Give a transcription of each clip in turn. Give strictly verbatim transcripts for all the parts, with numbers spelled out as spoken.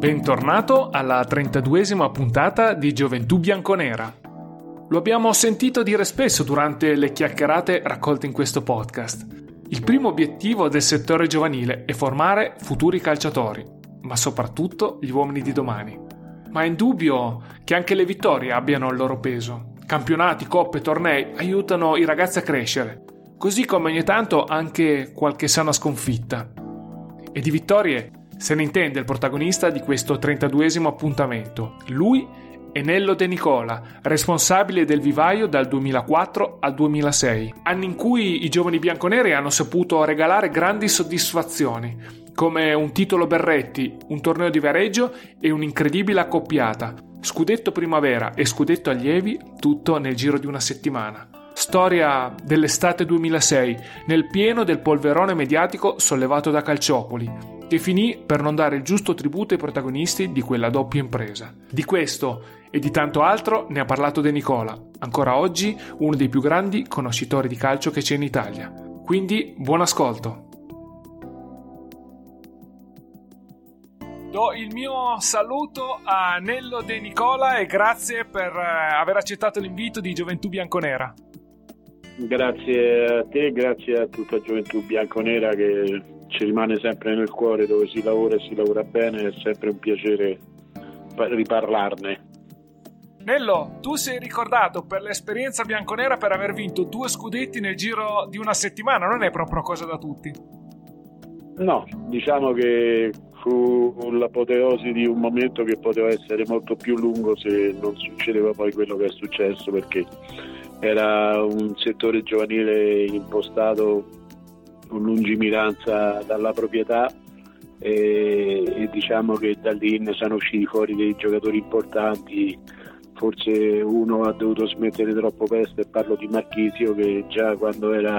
Bentornato alla trentaduesima puntata di Gioventù Bianconera. Lo abbiamo sentito dire spesso durante le chiacchierate raccolte in questo podcast. Il primo obiettivo del settore giovanile è formare futuri calciatori, ma soprattutto gli uomini di domani. Ma è indubbio che anche le vittorie abbiano il loro peso. Campionati, coppe, tornei aiutano i ragazzi a crescere, così come ogni tanto anche qualche sana sconfitta. E di vittorie se ne intende il protagonista di questo trentaduesimo appuntamento. Lui è Nello De Nicola, responsabile del vivaio dal duemilaquattro al duemilasei, anni in cui i giovani bianconeri hanno saputo regalare grandi soddisfazioni, come un titolo Berretti, un torneo di Viareggio e un'incredibile accoppiata, scudetto primavera e scudetto allievi, tutto nel giro di una settimana. Storia dell'estate duemilasei, nel pieno del polverone mediatico sollevato da Calciopoli, che finì per non dare il giusto tributo ai protagonisti di quella doppia impresa. Di questo e di tanto altro ne ha parlato De Nicola, ancora oggi uno dei più grandi conoscitori di calcio che c'è in Italia. Quindi buon ascolto. Do il mio saluto a Nello De Nicola e grazie per aver accettato l'invito di Gioventù Bianconera. Grazie a te, grazie a tutta Gioventù Bianconera che ci rimane sempre nel cuore, dove si lavora e si lavora bene, è sempre un piacere riparlarne. Nello, tu sei ricordato per l'esperienza bianconera per aver vinto due scudetti nel giro di una settimana, non è proprio cosa da tutti. No, diciamo che fu l'apoteosi di un momento che poteva essere molto più lungo se non succedeva poi quello che è successo, perché era un settore giovanile impostato con lungimiranza dalla proprietà e, e diciamo che da lì ne sono usciti fuori dei giocatori importanti. Forse uno ha dovuto smettere troppo presto, e parlo di Marchisio, che già quando era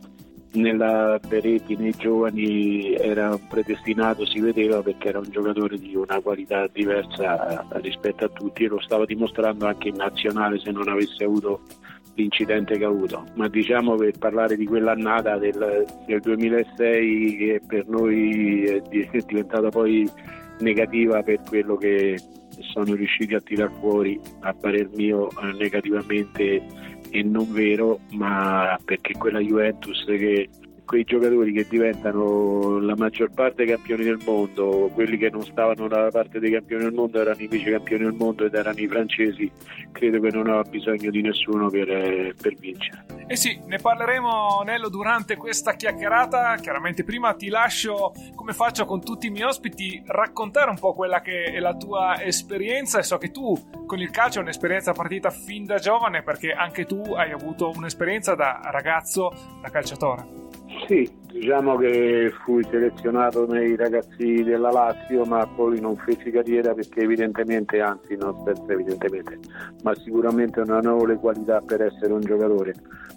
nella Beretti nei giovani era predestinato, si vedeva, perché era un giocatore di una qualità diversa rispetto a tutti e lo stava dimostrando anche in nazionale se non avesse avuto l'incidente che ha avuto. Ma diciamo, per parlare di quell'annata del, del duemilasei, che per noi è diventata poi negativa per quello che sono riusciti a tirar fuori, a parer mio negativamente e non vero, ma perché quella Juventus, che quei giocatori che diventano la maggior parte campioni del mondo, quelli che non stavano dalla parte dei campioni del mondo erano i vice campioni del mondo ed erano i francesi, credo che non aveva bisogno di nessuno per, per vincere. Eh sì, ne parleremo, Nello, durante questa chiacchierata. Chiaramente prima ti lascio, come faccio con tutti i miei ospiti, raccontare un po' quella che è la tua esperienza, e so che tu con il calcio hai un'esperienza partita fin da giovane, perché anche tu hai avuto un'esperienza da ragazzo, da calciatore. Sì, diciamo che fui selezionato nei ragazzi della Lazio, ma poi non feci carriera perché evidentemente, anzi non senza evidentemente, ma sicuramente non avevo le qualità per essere un giocatore,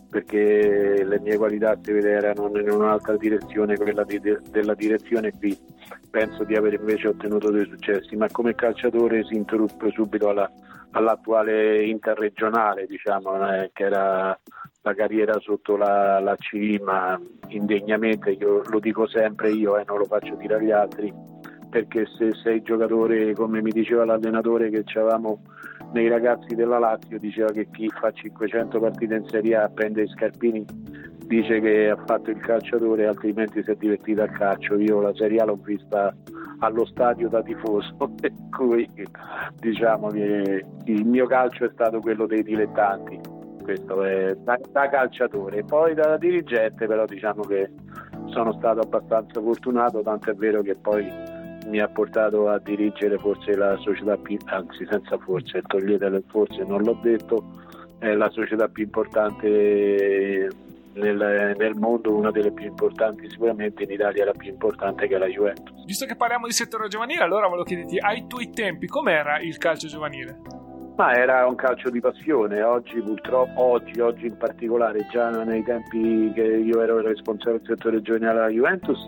perché le mie qualità si vede erano in un'altra direzione, quella di, de, della direzione B. Penso di aver invece ottenuto dei successi, ma come calciatore si interruppe subito alla, all'attuale interregionale, diciamo, eh, che era la carriera sotto la, la C, ma indegnamente, io lo dico sempre io e eh, non lo faccio dire agli altri, perché se sei giocatore, come mi diceva l'allenatore che avevamo nei ragazzi della Lazio, diceva che chi fa cinquecento partite in Serie A prende i scarpini, dice che ha fatto il calciatore, altrimenti si è divertito al calcio. Io la Serie A l'ho vista allo stadio da tifoso, per cui diciamo che il mio calcio è stato quello dei dilettanti, questo è da, da calciatore. Poi da dirigente però diciamo che sono stato abbastanza fortunato, tanto è vero che poi mi ha portato a dirigere forse la società più, anzi senza forse, toglietele forse, non l'ho detto, è la società più importante nel, nel mondo, una delle più importanti, sicuramente in Italia la più importante, che è la Juventus. Visto che parliamo di settore giovanile, allora volevo chiederti, ai tuoi tempi com'era il calcio giovanile? Ma era un calcio di passione. Oggi purtroppo, oggi, oggi in particolare, già nei tempi che io ero il responsabile del settore giovanile alla Juventus,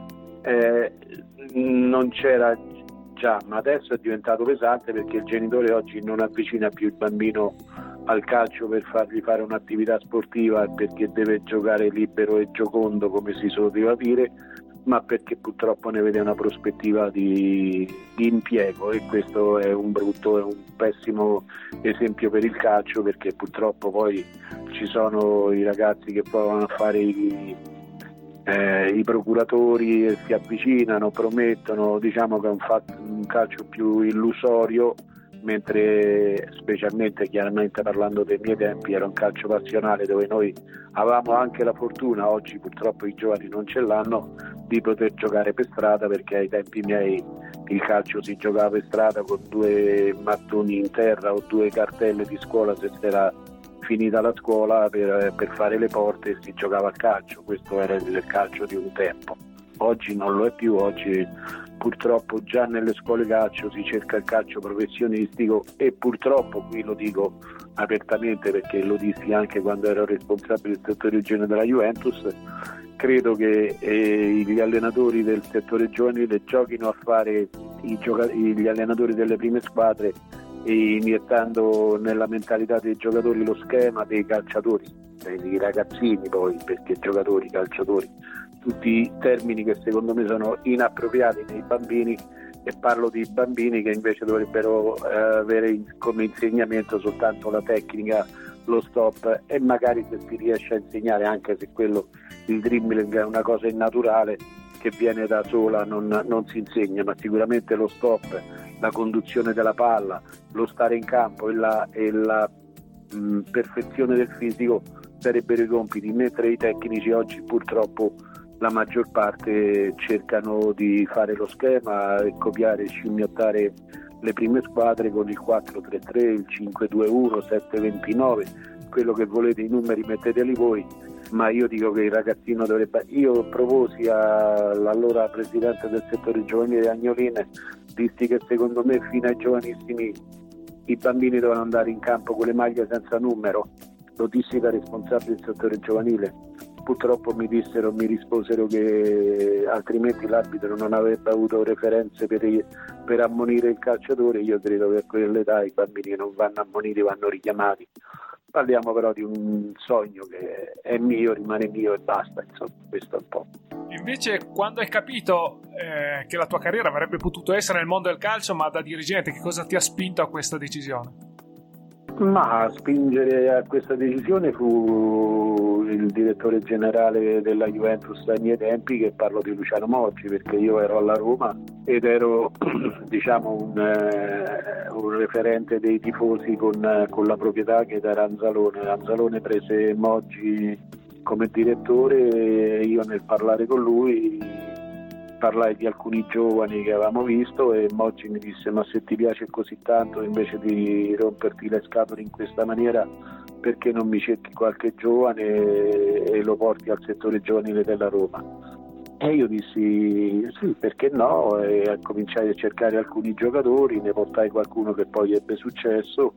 eh, non c'era già, ma adesso è diventato pesante, perché il genitore oggi non avvicina più il bambino al calcio per fargli fare un'attività sportiva, perché deve giocare libero e giocondo, come si soleva dire, ma perché purtroppo ne vede una prospettiva di, di impiego, e questo è un brutto, è un pessimo esempio per il calcio, perché purtroppo poi ci sono i ragazzi che provano a fare i, eh, i procuratori e si avvicinano, promettono, diciamo che è un, fatto, un calcio più illusorio, mentre specialmente, chiaramente parlando dei miei tempi, era un calcio passionale dove noi avevamo anche la fortuna, oggi purtroppo i giovani non ce l'hanno, di poter giocare per strada, perché ai tempi miei il calcio si giocava per strada con due mattoni in terra o due cartelle di scuola se si era finita la scuola per, per fare le porte, e si giocava a calcio. Questo era il calcio di un tempo. Oggi non lo è più, oggi purtroppo già nelle scuole calcio si cerca il calcio professionistico, e purtroppo, qui lo dico apertamente perché lo dissi anche quando ero responsabile del settore giovanile della Juventus, credo che eh, gli allenatori del settore giovanile giochino a fare i gioca- gli allenatori delle prime squadre, iniettando nella mentalità dei giocatori lo schema dei calciatori, dei ragazzini poi, perché giocatori, calciatori, tutti termini che secondo me sono inappropriati nei bambini, e parlo di bambini che invece dovrebbero eh, avere come insegnamento soltanto la tecnica, lo stop, e magari se si riesce a insegnare, anche se quello, il dribbling è una cosa innaturale che viene da sola, non, non si insegna, ma sicuramente lo stop, la conduzione della palla, lo stare in campo e la, e la mh, perfezione del fisico sarebbero i compiti, mentre i tecnici oggi purtroppo la maggior parte cercano di fare lo schema e copiare e scimmiottare le prime squadre con il quattro tre tre, il cinque due uno, sette ventinove, quello che volete, i numeri metteteli voi, ma io dico che il ragazzino dovrebbe... Io proposi all'allora presidente del settore giovanile Agnoline, dissi che secondo me fino ai giovanissimi i bambini dovevano andare in campo con le maglie senza numero, lo dissi da responsabile del settore giovanile. Purtroppo mi dissero, mi risposero che altrimenti l'arbitro non avrebbe avuto referenze per, per ammonire il calciatore. Io credo che a quell'età i bambini non vanno ammoniti, vanno richiamati. Parliamo però di un sogno che è mio, rimane mio e basta, insomma, questo è un po'. Invece, quando hai capito eh, che la tua carriera avrebbe potuto essere nel mondo del calcio, ma da dirigente, che cosa ti ha spinto a questa decisione? Ma a spingere a questa decisione fu il direttore generale della Juventus ai miei tempi, che parlo di Luciano Moggi, perché io ero alla Roma ed ero diciamo un, eh, un referente dei tifosi con, con la proprietà, che era Anzalone. Anzalone prese Moggi come direttore e io, nel parlare con lui, parlai di alcuni giovani che avevamo visto, e Moggi mi disse: ma se ti piace così tanto, invece di romperti le scatole in questa maniera, perché non mi cerchi qualche giovane e lo porti al settore giovanile della Roma? E io dissi sì, perché no, e cominciai a cercare alcuni giocatori, ne portai qualcuno che poi ebbe successo,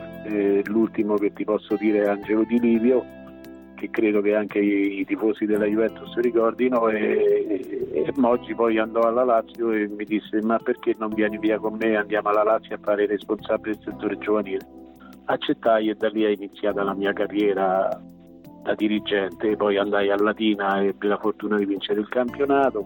e l'ultimo che ti posso dire è Angelo Di Livio, che credo che anche i, i tifosi della Juventus ricordino, e, e Moggi poi andò alla Lazio e mi disse: ma perché non vieni via con me, andiamo alla Lazio a fare il responsabile del settore giovanile? Accettai, e da lì è iniziata la mia carriera da dirigente. Poi andai a Latina e ebbi la fortuna di vincere il campionato,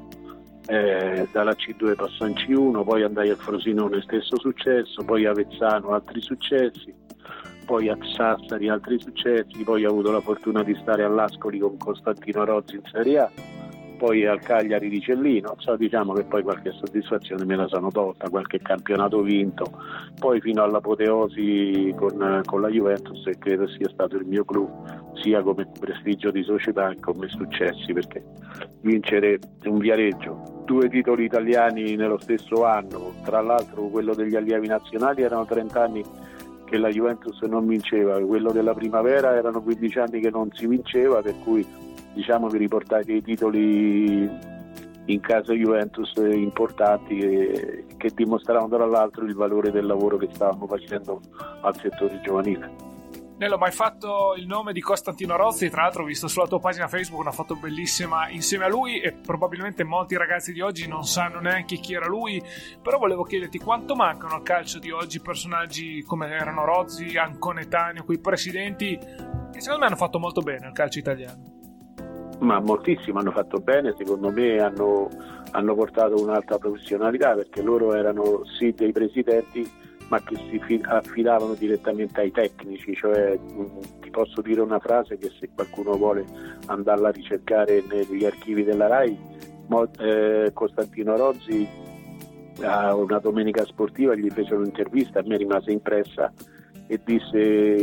eh, dalla C due passò in C uno, poi andai al Frosinone, stesso successo, poi a Avezzano altri successi, poi a Sassari altri successi, poi ho avuto la fortuna di stare all'Ascoli con Costantino Rozzi in Serie A, poi al Cagliari di Cellino, so, diciamo che poi qualche soddisfazione me la sono tolta, qualche campionato vinto, poi fino all'apoteosi con, con la Juventus, e credo sia stato il mio clou, sia come prestigio di società che come successi, perché vincere un Viareggio, due titoli italiani nello stesso anno, tra l'altro quello degli allievi nazionali erano trenta anni che la Juventus non vinceva, quello della primavera erano quindici anni che non si vinceva, per cui diciamo vi riportai dei titoli in casa Juventus importanti che, che dimostravano tra l'altro il valore del lavoro che stavamo facendo al settore giovanile. Nello, ma hai fatto il nome di Costantino Rozzi, tra l'altro ho visto sulla tua pagina Facebook una foto bellissima insieme a lui, e probabilmente molti ragazzi di oggi non sanno neanche chi era lui, però volevo chiederti quanto mancano al calcio di oggi personaggi come erano Rozzi, Anconetani, quei presidenti che secondo me hanno fatto molto bene al calcio italiano. Ma moltissimo, hanno fatto bene, secondo me hanno, hanno portato un'alta professionalità, perché loro erano sì dei presidenti, ma che si affidavano direttamente ai tecnici. Cioè, ti posso dire una frase che se qualcuno vuole andarla a ricercare negli archivi della RAI, eh, Costantino Rozzi a una domenica sportiva gli fece un'intervista, a me rimase impressa, e disse,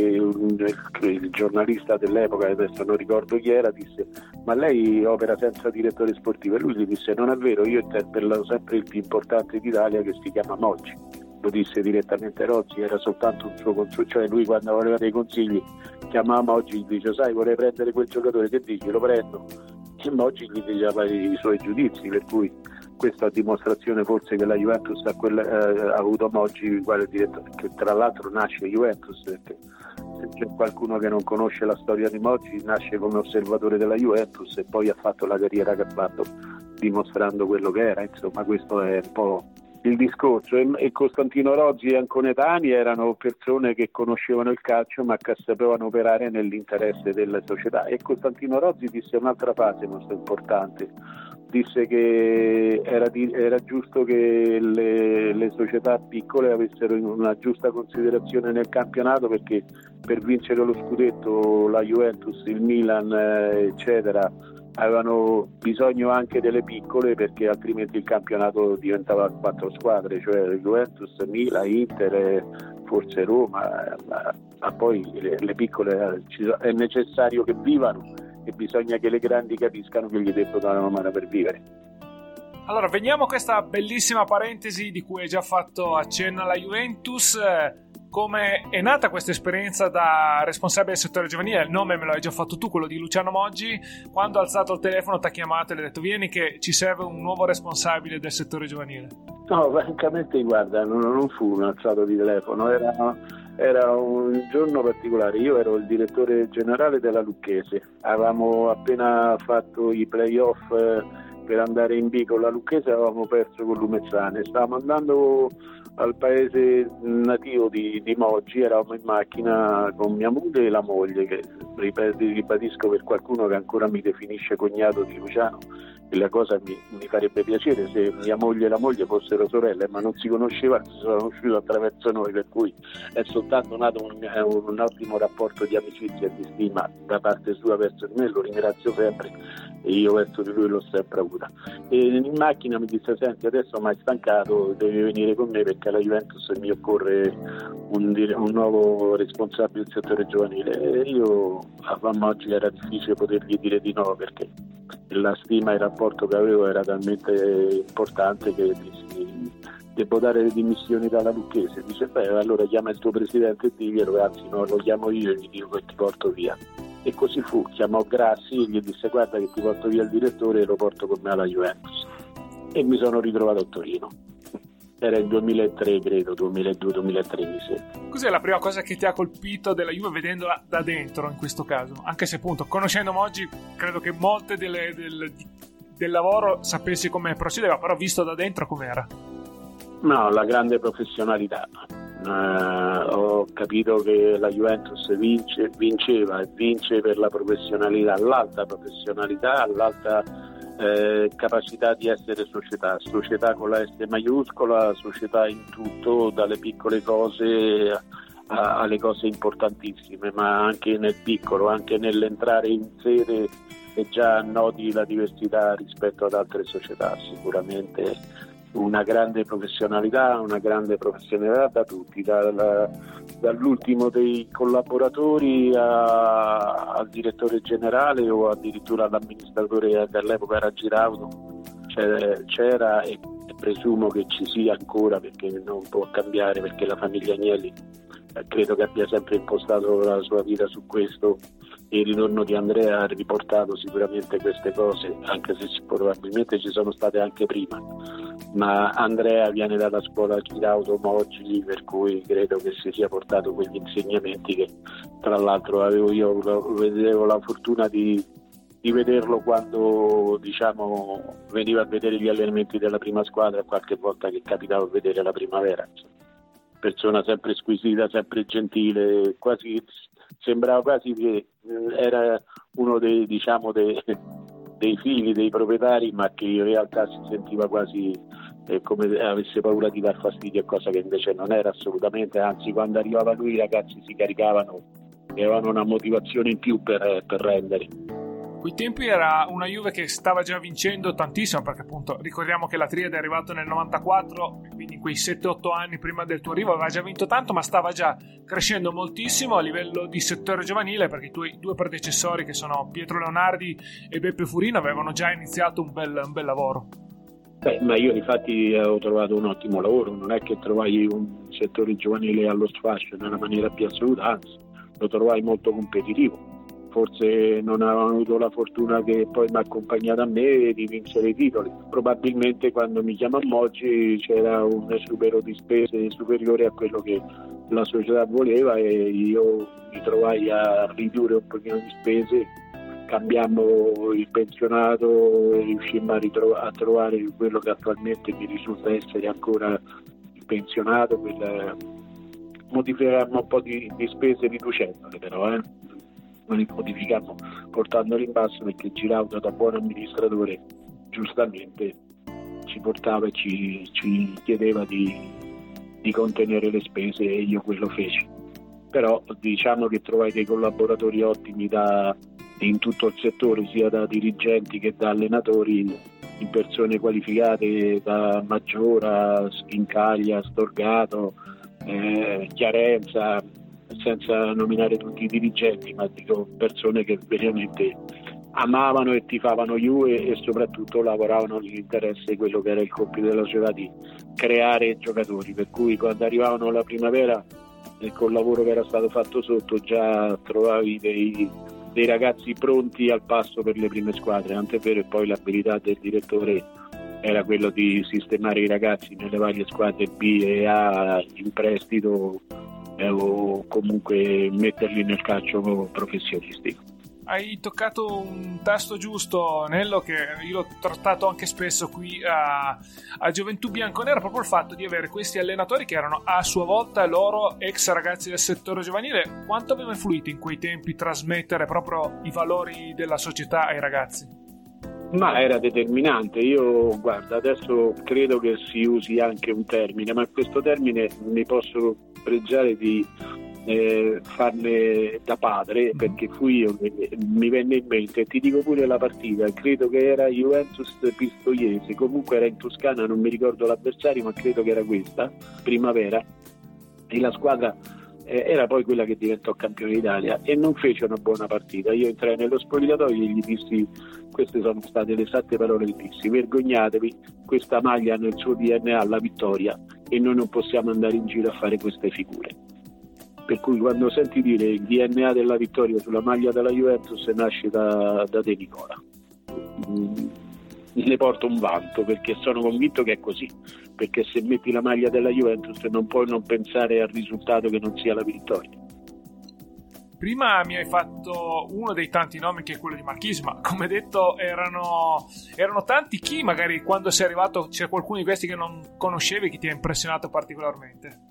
il, il giornalista dell'epoca, adesso non ricordo chi era, disse: ma lei opera senza direttore sportivo? E lui gli disse: non è vero, io interpello sempre il più importante d'Italia, che si chiama Moggi. Lo disse direttamente Rozzi, era soltanto un suo consiglio, cioè lui quando voleva dei consigli chiamava Moggi, gli dice: sai, vorrei prendere quel giocatore, che dici, lo prendo? E Moggi gli diceva i suoi giudizi, per cui questa a dimostrazione forse che la Juventus ha, quella, eh, ha avuto Moggi uguale direttore, che tra l'altro nasce Juventus, perché se c'è qualcuno che non conosce la storia di Moggi, nasce come osservatore della Juventus e poi ha fatto la carriera che ha fatto dimostrando quello che era. Insomma, questo è un po' il discorso. E, e Costantino Rozzi e Anconetani erano persone che conoscevano il calcio, ma che sapevano operare nell'interesse della società. E Costantino Rozzi disse un'altra frase molto importante, disse che era, di, era giusto che le, le società piccole avessero una giusta considerazione nel campionato, perché per vincere lo scudetto la Juventus, il Milan, eh, eccetera, avevano bisogno anche delle piccole, perché altrimenti il campionato diventava quattro squadre, cioè Juventus, Milan, Inter, forse Roma, ma, ma poi le, le piccole è necessario che vivano, e bisogna che le grandi capiscano che gli debbono dare una mano per vivere. Allora, veniamo a questa bellissima parentesi di cui hai già fatto accenno alla Juventus. Come è nata questa esperienza da responsabile del settore giovanile? Il nome me lo hai già fatto tu, quello di Luciano Moggi. Quando ha alzato il telefono ti ha chiamato e le ha detto: vieni che ci serve un nuovo responsabile del settore giovanile? No, francamente, guarda, non, non fu un alzato di telefono, era, era un giorno particolare. Io ero il direttore generale della Lucchese, avevamo appena fatto i play-off per andare in B con la Lucchese, avevamo perso con l'Umezzane, stavamo andando al paese nativo di, di Moggi, eravamo in macchina con mia moglie e la moglie, che ripeto, ribadisco per qualcuno che ancora mi definisce cognato di Luciano, e la cosa mi, mi farebbe piacere se mia moglie e la moglie fossero sorelle, ma non si conoscevano, si sono conosciuti attraverso noi, per cui è soltanto nato un, un, un ottimo rapporto di amicizia e di stima da parte sua verso di me, lo ringrazio sempre, e io verso di lui l'ho sempre avuta. E in macchina mi disse: senti, adesso mi hai stancato, devi venire con me perché alla Juventus mi occorre un, un nuovo responsabile del settore giovanile. E io a Moggi era difficile potergli dire di no, perché la stima e il rapporto che avevo era talmente importante che dissi: devo dare le dimissioni dalla Lucchese. Dice: beh, allora chiama il tuo presidente e diglielo, anzi no, lo chiamo io e gli dico che ti porto via. E così fu, chiamò Grassi e gli disse: guarda che ti porto via il direttore e lo porto con me alla Juventus. E mi sono ritrovato a Torino. Era il duemilatré, credo, duemiladue duemilatré mi sembra. Cos'è la prima cosa che ti ha colpito della Juve vedendola da dentro in questo caso? Anche se appunto, conoscendo Moggi, credo che molte delle, del, del lavoro sapessi come procedeva, però visto da dentro com'era? No, la grande professionalità. Uh, ho capito che la Juventus vince, vinceva e vince per la professionalità, l'alta professionalità, l'alta eh, capacità di essere società, società con la S maiuscola, società in tutto, dalle piccole cose a, alle cose importantissime, ma anche nel piccolo, anche nell'entrare in sede e già noti la diversità rispetto ad altre società. Sicuramente una grande professionalità, una grande professionalità da tutti, dal, dall'ultimo dei collaboratori a, al direttore generale o addirittura all'amministratore che all'epoca era Giraudo. C'era, c'era e, e presumo che ci sia ancora, perché non può cambiare, perché la famiglia Agnelli eh, credo che abbia sempre impostato la sua vita su questo, e il ritorno di Andrea ha riportato sicuramente queste cose, anche se probabilmente ci sono state anche prima. Ma Andrea viene dalla scuola Giraudo Moggi, per cui credo che si sia portato quegli insegnamenti che tra l'altro avevo io avevo la fortuna di, di vederlo quando, diciamo, veniva a vedere gli allenamenti della prima squadra, qualche volta che capitava a vedere la primavera. Persona sempre squisita, sempre gentile, quasi sembrava quasi che era uno dei, diciamo, dei dei figli dei proprietari, ma che in realtà si sentiva quasi eh, come avesse paura di dar fastidio, cosa che invece non era assolutamente, anzi quando arrivava lui i ragazzi si caricavano e avevano una motivazione in più per, per rendere. Quei tempi era una Juve che stava già vincendo tantissimo, perché appunto ricordiamo che la triade è arrivato nel novantaquattro, quindi in quei sette otto anni prima del tuo arrivo aveva già vinto tanto, ma stava già crescendo moltissimo a livello di settore giovanile, perché i tuoi due predecessori, che sono Pietro Leonardi e Beppe Furino, avevano già iniziato un bel, un bel lavoro. Beh, ma io infatti ho trovato un ottimo lavoro, non è che trovai un settore giovanile allo sfascio nella maniera più assoluta, anzi lo trovai molto competitivo. Forse non avevano avuto la fortuna che poi mi ha accompagnato a me di vincere i titoli. Probabilmente quando mi chiamammo oggi c'era un esubero di spese superiore a quello che la società voleva e io mi trovai a ridurre un pochino di spese, cambiammo il pensionato e riuscimmo a, ritro- a trovare quello che attualmente mi risulta essere ancora il pensionato. Quel... modificammo un po' di, di spese riducendole però, eh. non li modificammo portandoli in basso, perché Giraudo da buon amministratore giustamente ci portava e ci, ci chiedeva di, di contenere le spese e io quello feci. Però diciamo che trovai dei collaboratori ottimi da, in tutto il settore, sia da dirigenti che da allenatori, in persone qualificate da Maggiora, Schincaglia, Storgato, eh, Chiarenza, senza nominare tutti i dirigenti, ma dico persone che veramente amavano e tifavano Juve e soprattutto lavoravano nell'interesse di quello che era il compito della società, di creare giocatori, per cui quando arrivavano la primavera e col lavoro che era stato fatto sotto già trovavi dei, dei ragazzi pronti al passo per le prime squadre, tant'è vero che poi l'abilità del direttore era quello di sistemare i ragazzi nelle varie squadre B e A in prestito o comunque metterli nel calcio professionistico. Hai toccato un tasto giusto, Nello, che io l'ho trattato anche spesso qui a, a Gioventù Bianconera, proprio il fatto di avere questi allenatori che erano a sua volta loro ex ragazzi del settore giovanile. Quanto aveva influito in quei tempi trasmettere proprio i valori della società ai ragazzi? Ma era determinante. Io, guarda, adesso credo che si usi anche un termine, ma questo termine mi posso pregiare di eh, farne da padre, perché fui io che mi venne in mente. Ti dico pure la partita, credo che era Juventus Pistoiese, comunque era in Toscana, non mi ricordo l'avversario, ma credo che era questa, primavera, e la squadra eh, era poi quella che diventò campione d'Italia e non fece una buona partita. Io entrai nello spogliatoio e gli dissi, queste sono state le esatte parole che dissi: vergognatevi, questa maglia nel suo D N A la vittoria e noi non possiamo andare in giro a fare queste figure. Per cui quando senti dire il D N A della vittoria sulla maglia della Juventus, nasce da, da De Nicola. Mm, ne porto un vanto, perché sono convinto che è così, perché se metti la maglia della Juventus non puoi non pensare al risultato che non sia la vittoria. Prima mi hai fatto uno dei tanti nomi, che è quello di Marchisio, ma come detto erano, erano tanti. Chi magari quando sei arrivato c'è qualcuno di questi che non conoscevi, che ti ha impressionato particolarmente?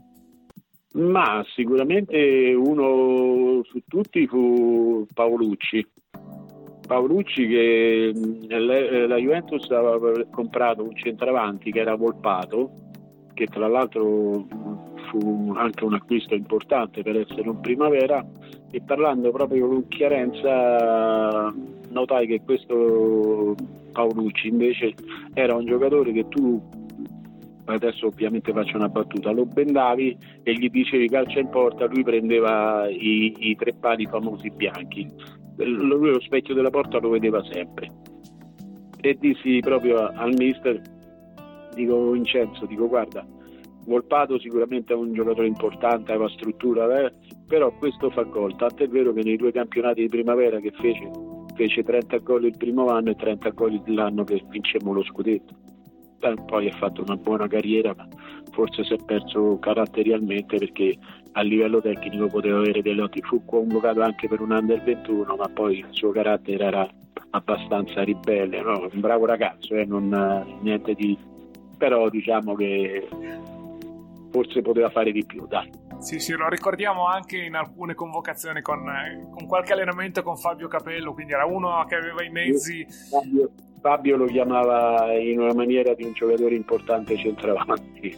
Ma sicuramente uno su tutti fu Paolucci. Paolucci, che la Juventus aveva comprato un centravanti che era Volpato, che tra l'altro fu anche un acquisto importante per essere un primavera, e parlando proprio con Chiarenza notai che questo Paolucci invece era un giocatore che tu, adesso ovviamente faccio una battuta, lo bendavi e gli dicevi calcia in porta, lui prendeva i, i tre pali famosi bianchi, lui lo specchio della porta lo vedeva sempre. E dissi proprio al mister, dico Vincenzo, dico guarda, Volpato sicuramente è un giocatore importante, aveva struttura, eh, però questo fa gol, tant'è vero che nei due campionati di primavera che fece fece trenta gol il primo anno e trenta gol l'anno che vincemmo lo scudetto. Beh, poi ha fatto una buona carriera, ma forse si è perso caratterialmente, perché a livello tecnico poteva avere dei loti, fu convocato anche per un under ventuno, ma poi il suo carattere era abbastanza ribelle, no? Un bravo ragazzo, eh? non niente di, però diciamo che forse poteva fare di più, dai. Sì, sì, lo ricordiamo anche in alcune convocazioni con, con qualche allenamento con Fabio Capello, quindi era uno che aveva i mezzi. Fabio, Fabio lo chiamava in una maniera di un giocatore importante centravanti.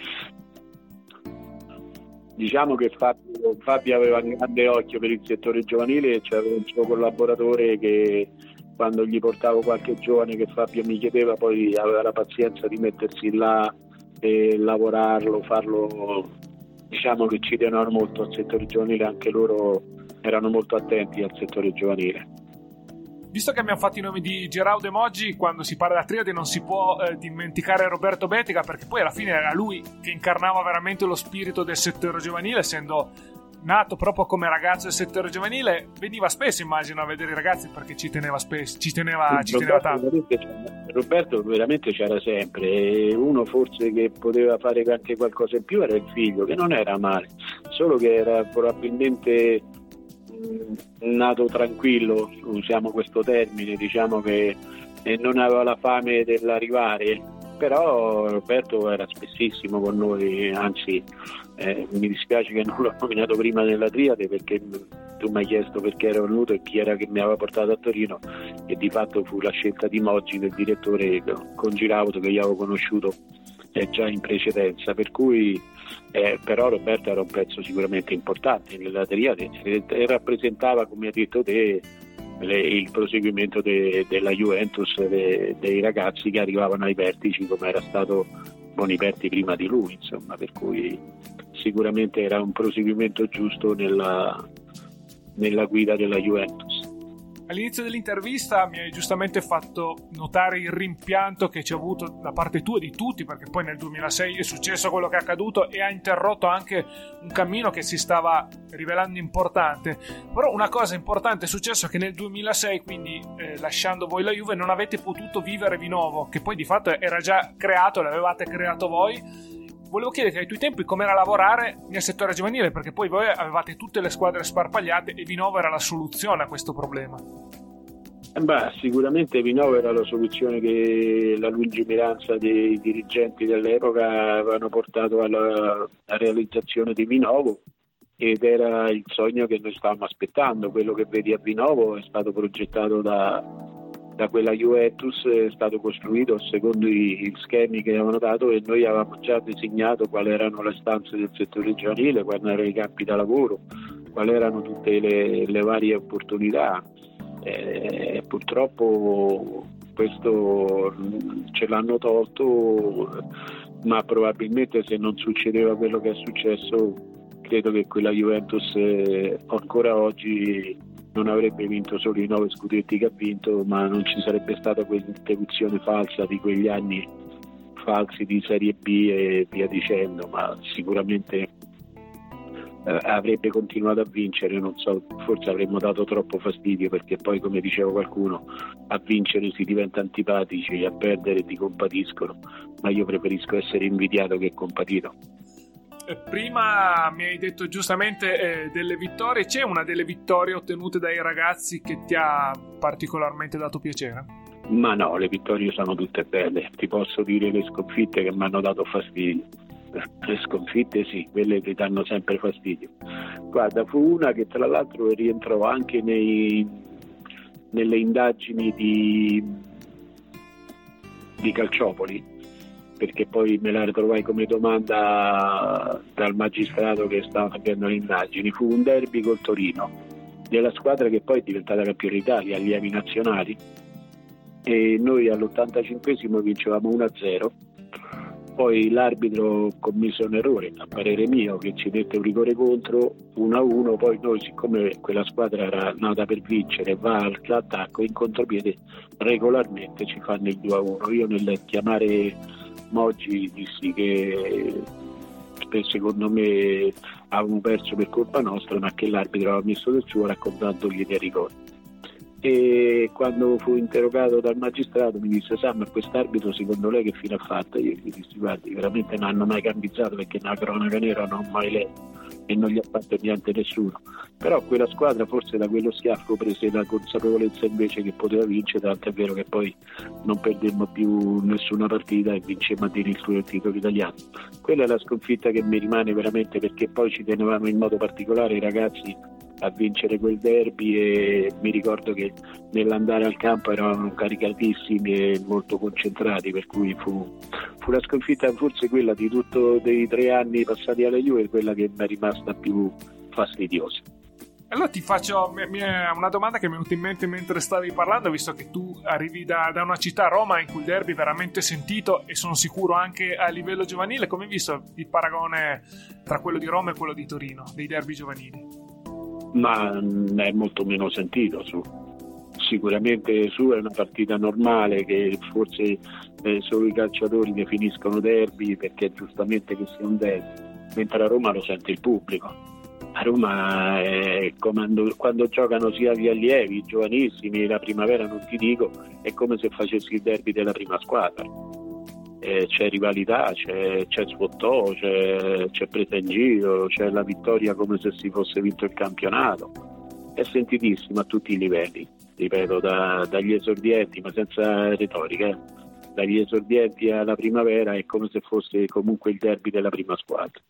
Diciamo che Fabio, Fabio aveva un grande occhio per il settore giovanile e c'era un suo collaboratore che quando gli portavo qualche giovane che Fabio mi chiedeva, poi aveva la pazienza di mettersi là e lavorarlo, farlo. Diciamo che ci tenevano molto al settore giovanile, anche loro erano molto attenti al settore giovanile. Visto che abbiamo fatto i nomi di Geraudo e Moggi, quando si parla da Triadi non si può eh, dimenticare Roberto Bettega, perché poi alla fine era lui che incarnava veramente lo spirito del settore giovanile, essendo nato proprio come ragazzo del settore giovanile. Veniva spesso, immagino, a vedere i ragazzi, perché ci teneva spesso, ci teneva, ci teneva tanto. Veramente, Roberto veramente c'era sempre, e uno forse che poteva fare anche qualcosa in più era il figlio, che non era male, solo che era probabilmente nato tranquillo, usiamo questo termine, diciamo che non aveva la fame dell'arrivare, però Roberto era spessissimo con noi, anzi eh, mi dispiace che non l'ho nominato prima nella triade, perché tu mi hai chiesto perché ero venuto e chi era che mi aveva portato a Torino, e di fatto fu la scelta di Moggi, del direttore con Giraudo, che io avevo conosciuto eh, già in precedenza, per cui Eh, però Roberto era un pezzo sicuramente importante nella triade e rappresentava, come hai detto te, le, il proseguimento de, della Juventus, de, dei ragazzi che arrivavano ai vertici, come era stato Boniperti prima di lui, insomma, per cui sicuramente era un proseguimento giusto nella, nella guida della Juventus. All'inizio dell'intervista mi hai giustamente fatto notare il rimpianto che c'è avuto da parte tua e di tutti, perché poi nel duemilasei è successo quello che è accaduto e ha interrotto anche un cammino che si stava rivelando importante. Però una cosa importante è successo, che nel duemilasei, quindi eh, lasciando voi la Juve, non avete potuto vivere Vinovo, che poi di fatto era già creato, l'avevate creato voi. Volevo chiederti ai tuoi tempi com'era lavorare nel settore giovanile, perché poi voi avevate tutte le squadre sparpagliate e Vinovo era la soluzione a questo problema. Beh, sicuramente Vinovo era la soluzione che la lungimiranza dei dirigenti dell'epoca avevano portato alla, alla realizzazione di Vinovo, ed era il sogno che noi stavamo aspettando. Quello che vedi a Vinovo è stato progettato da, da quella Juventus, è stato costruito secondo i, i schemi che avevano dato, e noi avevamo già designato quali erano le stanze del settore giovanile, quali erano i campi da lavoro, quali erano tutte le, le varie opportunità. Eh, purtroppo questo ce l'hanno tolto, ma probabilmente se non succedeva quello che è successo, credo che quella Juventus eh, ancora oggi non avrebbe vinto solo i nove scudetti che ha vinto, ma non ci sarebbe stata quell'interruzione falsa di quegli anni falsi di Serie B e via dicendo, ma sicuramente avrebbe continuato a vincere. Non so, forse avremmo dato troppo fastidio, perché poi, come diceva qualcuno, a vincere si diventa antipatici, a perdere ti compatiscono, ma io preferisco essere invidiato che compatito. Prima mi hai detto giustamente eh, delle vittorie. C'è una delle vittorie ottenute dai ragazzi che ti ha particolarmente dato piacere? Ma no, le vittorie sono tutte belle. Ti posso dire le sconfitte che mi hanno dato fastidio. Le sconfitte sì, quelle ti danno sempre fastidio. Guarda, fu una che tra l'altro rientrò anche nei, nelle indagini di, di Calciopoli, perché poi me la ritrovai come domanda dal magistrato che stava facendo le indagini. Fu un derby col Torino, della squadra che poi è diventata campione d'Italia, allievi nazionali, e noi all'ottantacinquesimo vincevamo uno a zero. Poi l'arbitro commise un errore, a parere mio, che ci dette un rigore contro, uno a uno. Poi noi, siccome quella squadra era nata per vincere, va all'attacco, in contropiede regolarmente ci fanno il due a uno. Io nel chiamare Moggi dissi che secondo me avevamo perso per colpa nostra, ma che l'arbitro aveva messo del suo raccontandogli dei rigori. E quando fu interrogato dal magistrato mi disse: Sam, quest'arbitro secondo lei che fine ha fatto? Io gli dissi: guardi, veramente non hanno mai cambizzato, perché nella cronaca nera non ho mai letto. e non gli ha fatto niente nessuno. Però quella squadra forse da quello schiaffo prese la consapevolezza invece che poteva vincere, tanto è vero che poi non perdemmo più nessuna partita e vincemmo addirittura il titolo italiano. Quella è la sconfitta che mi rimane veramente, perché poi ci tenevamo in modo particolare i ragazzi a vincere quel derby e mi ricordo che nell'andare al campo eravamo caricatissimi e molto concentrati, per cui fu, fu la sconfitta forse quella di tutti dei tre anni passati alla Juve, quella che mi è rimasta più fastidiosa. Allora ti faccio mi è una domanda che mi è venuta in mente mentre stavi parlando, visto che tu arrivi da, da una città, Roma, in cui il derby è veramente sentito e sono sicuro anche a livello giovanile. Come hai visto il paragone tra quello di Roma e quello di Torino, dei derby giovanili? Ma è molto meno sentito su. Sicuramente su è una partita normale che forse eh, solo i calciatori definiscono derby perché giustamente che sia un derby, mentre a Roma lo sente il pubblico. A Roma è quando, quando giocano sia gli allievi, i giovanissimi, la primavera non ti dico, è come se facessi il derby della prima squadra. Eh, c'è rivalità, c'è, c'è sfottò, c'è, c'è presa in giro, c'è la vittoria come se si fosse vinto il campionato. È sentitissimo a tutti i livelli, ripeto, da, dagli esordienti, ma senza retorica, eh. dagli esordienti alla primavera è come se fosse comunque il derby della prima squadra.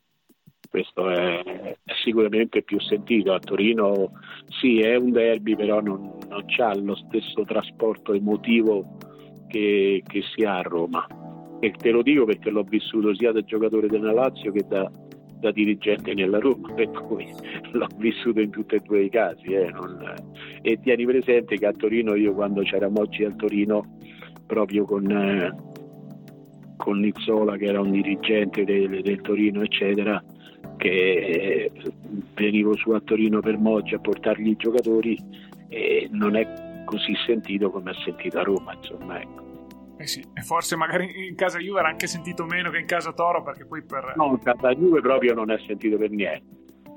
Questo è, è sicuramente più sentito. A Torino sì, è un derby, però non, non c'ha lo stesso trasporto emotivo che, che si ha a Roma. E te lo dico perché l'ho vissuto sia da giocatore della Lazio che da, da dirigente nella Roma, per cui l'ho vissuto in tutti e due i casi. Eh, non, e tieni presente che a Torino, io quando c'era Moggi al Torino, proprio con, eh, con Nizzola, che era un dirigente del, del Torino, eccetera, che venivo su a Torino per Moggi a portargli i giocatori e non è così sentito come ha sentito a Roma, insomma, ecco. Eh sì, e forse magari in casa Juve era anche sentito meno che in casa Toro, perché poi per... No, in casa Juve proprio non è sentito per niente.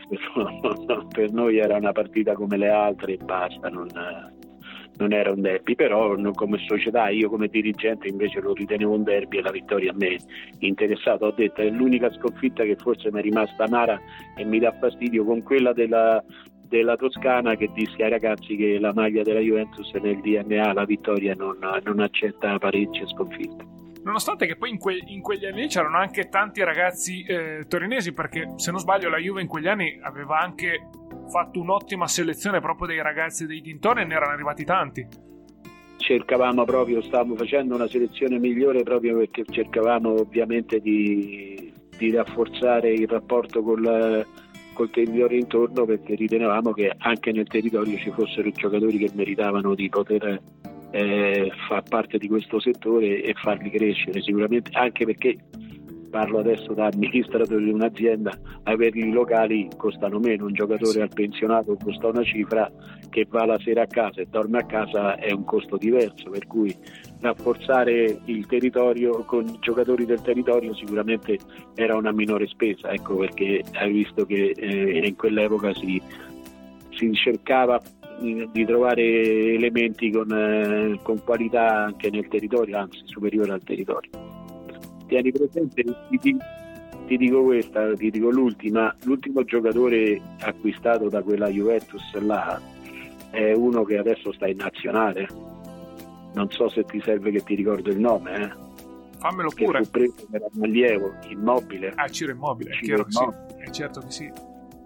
Per noi era una partita come le altre e basta, non, non era un derby, però non come società, io come dirigente invece lo ritenevo un derby e la vittoria a me interessato. Ho detto, è l'unica sconfitta che forse mi è rimasta amara e mi dà fastidio, con quella della, della Toscana, che dissi ai ragazzi che la maglia della Juventus nel D N A, la vittoria non, non accetta pareggi e sconfitte. Nonostante che poi in, que- in quegli anni c'erano anche tanti ragazzi eh, torinesi, perché se non sbaglio la Juve in quegli anni aveva anche fatto un'ottima selezione proprio dei ragazzi dei dintorni e ne erano arrivati tanti. Cercavamo proprio, stavamo facendo una selezione migliore proprio perché cercavamo ovviamente di, di rafforzare il rapporto col, col territorio intorno, perché ritenevamo che anche nel territorio ci fossero giocatori che meritavano di poter eh, far parte di questo settore e farli crescere, sicuramente, anche perché parlo adesso da amministratore di un'azienda, averli locali costano meno. Un giocatore al pensionato costa una cifra, che va la sera a casa e dorme a casa è un costo diverso, per cui rafforzare il territorio con i giocatori del territorio sicuramente era una minore spesa, ecco perché hai visto che eh, in quell'epoca si, si cercava di trovare elementi con, eh, con qualità anche nel territorio, anzi superiore al territorio. Tieni presente, ti, ti dico questa, ti dico l'ultima, l'ultimo giocatore acquistato da quella Juventus là è uno che adesso sta in nazionale, non so se ti serve che ti ricordo il nome, eh? Fammelo che pure. Fu preso per un allievo, Immobile. Ah, Ciro Immobile, è Ciro chiaro che sì, è certo che sì.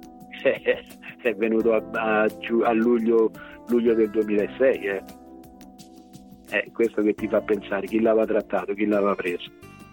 È venuto a, a, a luglio, luglio del duemilasei, eh. È questo che ti fa pensare chi l'aveva trattato, chi l'aveva preso.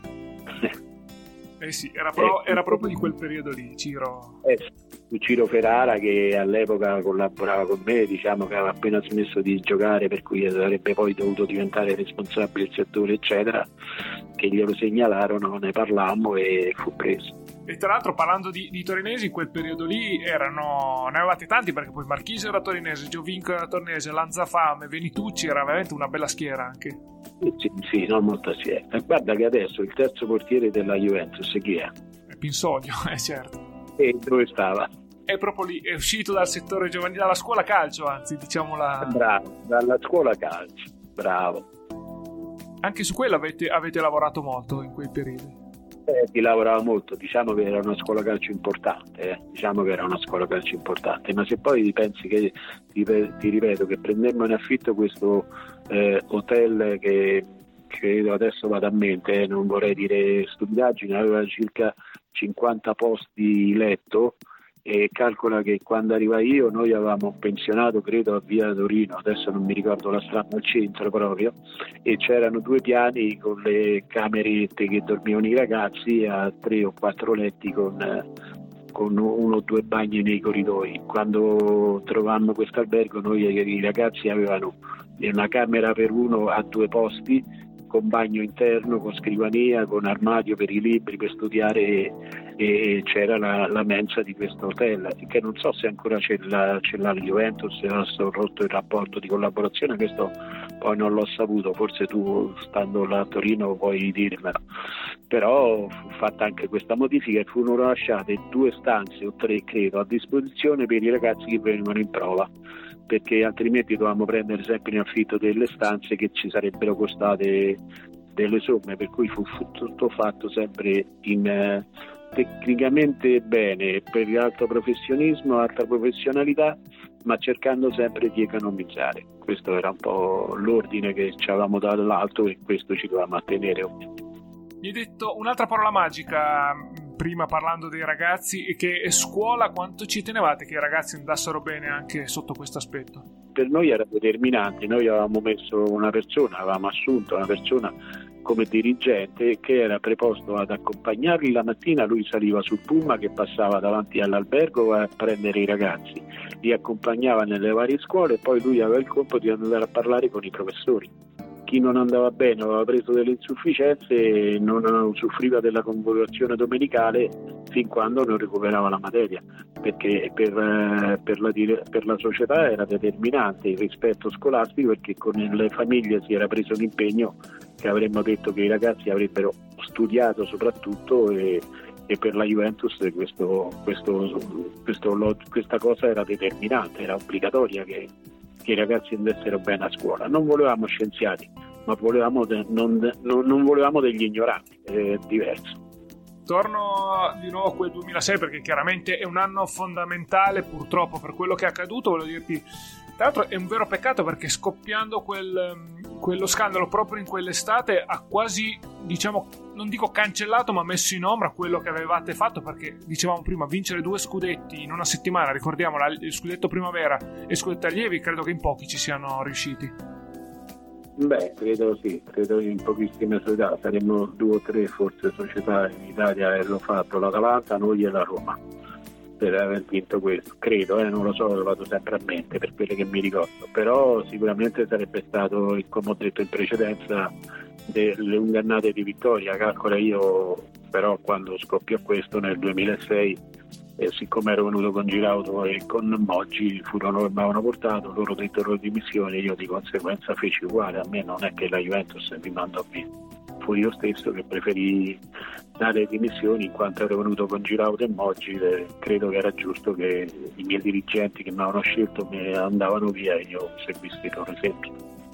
Eh sì, era, pro- era proprio di quel periodo lì, Ciro. Eh, Ciro Ferrara, che all'epoca collaborava con me, diciamo che aveva appena smesso di giocare, per cui sarebbe poi dovuto diventare responsabile del settore, eccetera, che glielo segnalarono, ne parlammo e fu preso. E tra l'altro, parlando di, di torinesi, in quel periodo lì erano, ne avevate tanti, perché poi Marchisio era torinese, Giovinco era torinese, Lanzafame, Venitucci, era veramente una bella schiera anche. Sì, sì, no, molta schiera. E guarda che adesso il terzo portiere della Juventus chi è? È Pinsoglio, eh certo. E dove stava? È proprio lì, è uscito dal settore giovanile, dalla scuola calcio, anzi, diciamola. Bravo, dalla scuola calcio, bravo. Anche su quello avete, avete lavorato molto in quei periodi. Eh, si lavorava molto, diciamo che era una scuola calcio importante, eh. diciamo che era una scuola calcio importante, ma se poi pensi che, ti, ti ripeto, che prendemmo in affitto questo eh, hotel che credo adesso vada a mente, eh, non vorrei dire stupidaggine, aveva circa cinquanta posti letto, e calcola che quando arrivai io noi avevamo un pensionato, credo a Via Torino, adesso non mi ricordo la strada, al centro proprio, e c'erano due piani con le camerette che dormivano i ragazzi a tre o quattro letti con, con uno o due bagni nei corridoi. Quando trovammo questo albergo noi i ragazzi avevano una camera per uno a due posti, con bagno interno, con scrivania, con armadio per i libri per studiare, e, e c'era la, la mensa di questo hotel, che non so se ancora ce l'ha, ce l'ha la Juventus, se ha rotto il rapporto di collaborazione, questo poi non l'ho saputo, forse tu stando là a Torino puoi dirmelo, però fu fatta anche questa modifica e furono lasciate due stanze o tre credo a disposizione per i ragazzi che venivano in prova, perché altrimenti dovevamo prendere sempre in affitto delle stanze che ci sarebbero costate delle somme, per cui fu, fu tutto fatto sempre in, eh, tecnicamente bene, per alto professionismo, alta professionalità, ma cercando sempre di economizzare. Questo era un po' l'ordine che ci avevamo dato dall'alto e questo ci dovevamo attenere. Mi hai detto un'altra parola magica prima parlando dei ragazzi, e che scuola, quanto ci tenevate che i ragazzi andassero bene anche sotto questo aspetto? Per noi era determinante, noi avevamo messo una persona, avevamo assunto una persona come dirigente che era preposto ad accompagnarli la mattina. Lui saliva sul pullman che passava davanti all'albergo a prendere i ragazzi, li accompagnava nelle varie scuole e poi lui aveva il compito di andare a parlare con i professori. Chi non andava bene, aveva preso delle insufficienze, non usufruiva della convocazione domenicale fin quando non recuperava la materia, perché per, per, la, per la società era determinante il rispetto scolastico, perché con le famiglie si era preso l'impegno che avremmo detto che i ragazzi avrebbero studiato soprattutto, e, e per la Juventus questo, questo, questo, questa cosa era determinante, era obbligatoria che che i ragazzi andassero bene a scuola. Non volevamo scienziati, ma volevamo de- non, de- non, non volevamo degli ignoranti, è diverso. Torno di nuovo a quel duemilasei, perché chiaramente è un anno fondamentale purtroppo per quello che è accaduto. Voglio dirti, tra l'altro è un vero peccato, perché scoppiando quel, quello scandalo proprio in quell'estate ha quasi, diciamo, non dico cancellato, ma messo in ombra quello che avevate fatto, perché dicevamo prima, vincere due scudetti in una settimana, ricordiamo il scudetto primavera e scudetto allievi, credo che in pochi ci siano riusciti. Beh, credo sì, credo in pochissime società, saremmo due o tre forse società in Italia che hanno fatto, l'Atalanta, noi e la Roma, per aver vinto questo, credo, eh, non lo so, lo vado sempre a mente per quelle che mi ricordo, però sicuramente sarebbe stato, come ho detto in precedenza, delle lunghe annate di vittoria. Calcola, io però quando scoppiò questo nel duemilasei, e siccome ero venuto con Giraudo e con Moggi, furono che mi avevano portato, loro dettero dimissioni, io di conseguenza feci uguale. A me non è che la Juventus mi mandò via, fui io stesso che preferì dare dimissioni, in quanto ero venuto con Giraudo e Moggi, e credo che era giusto che i miei dirigenti che mi avevano scelto mi andavano via e io seguissi il loro esempio.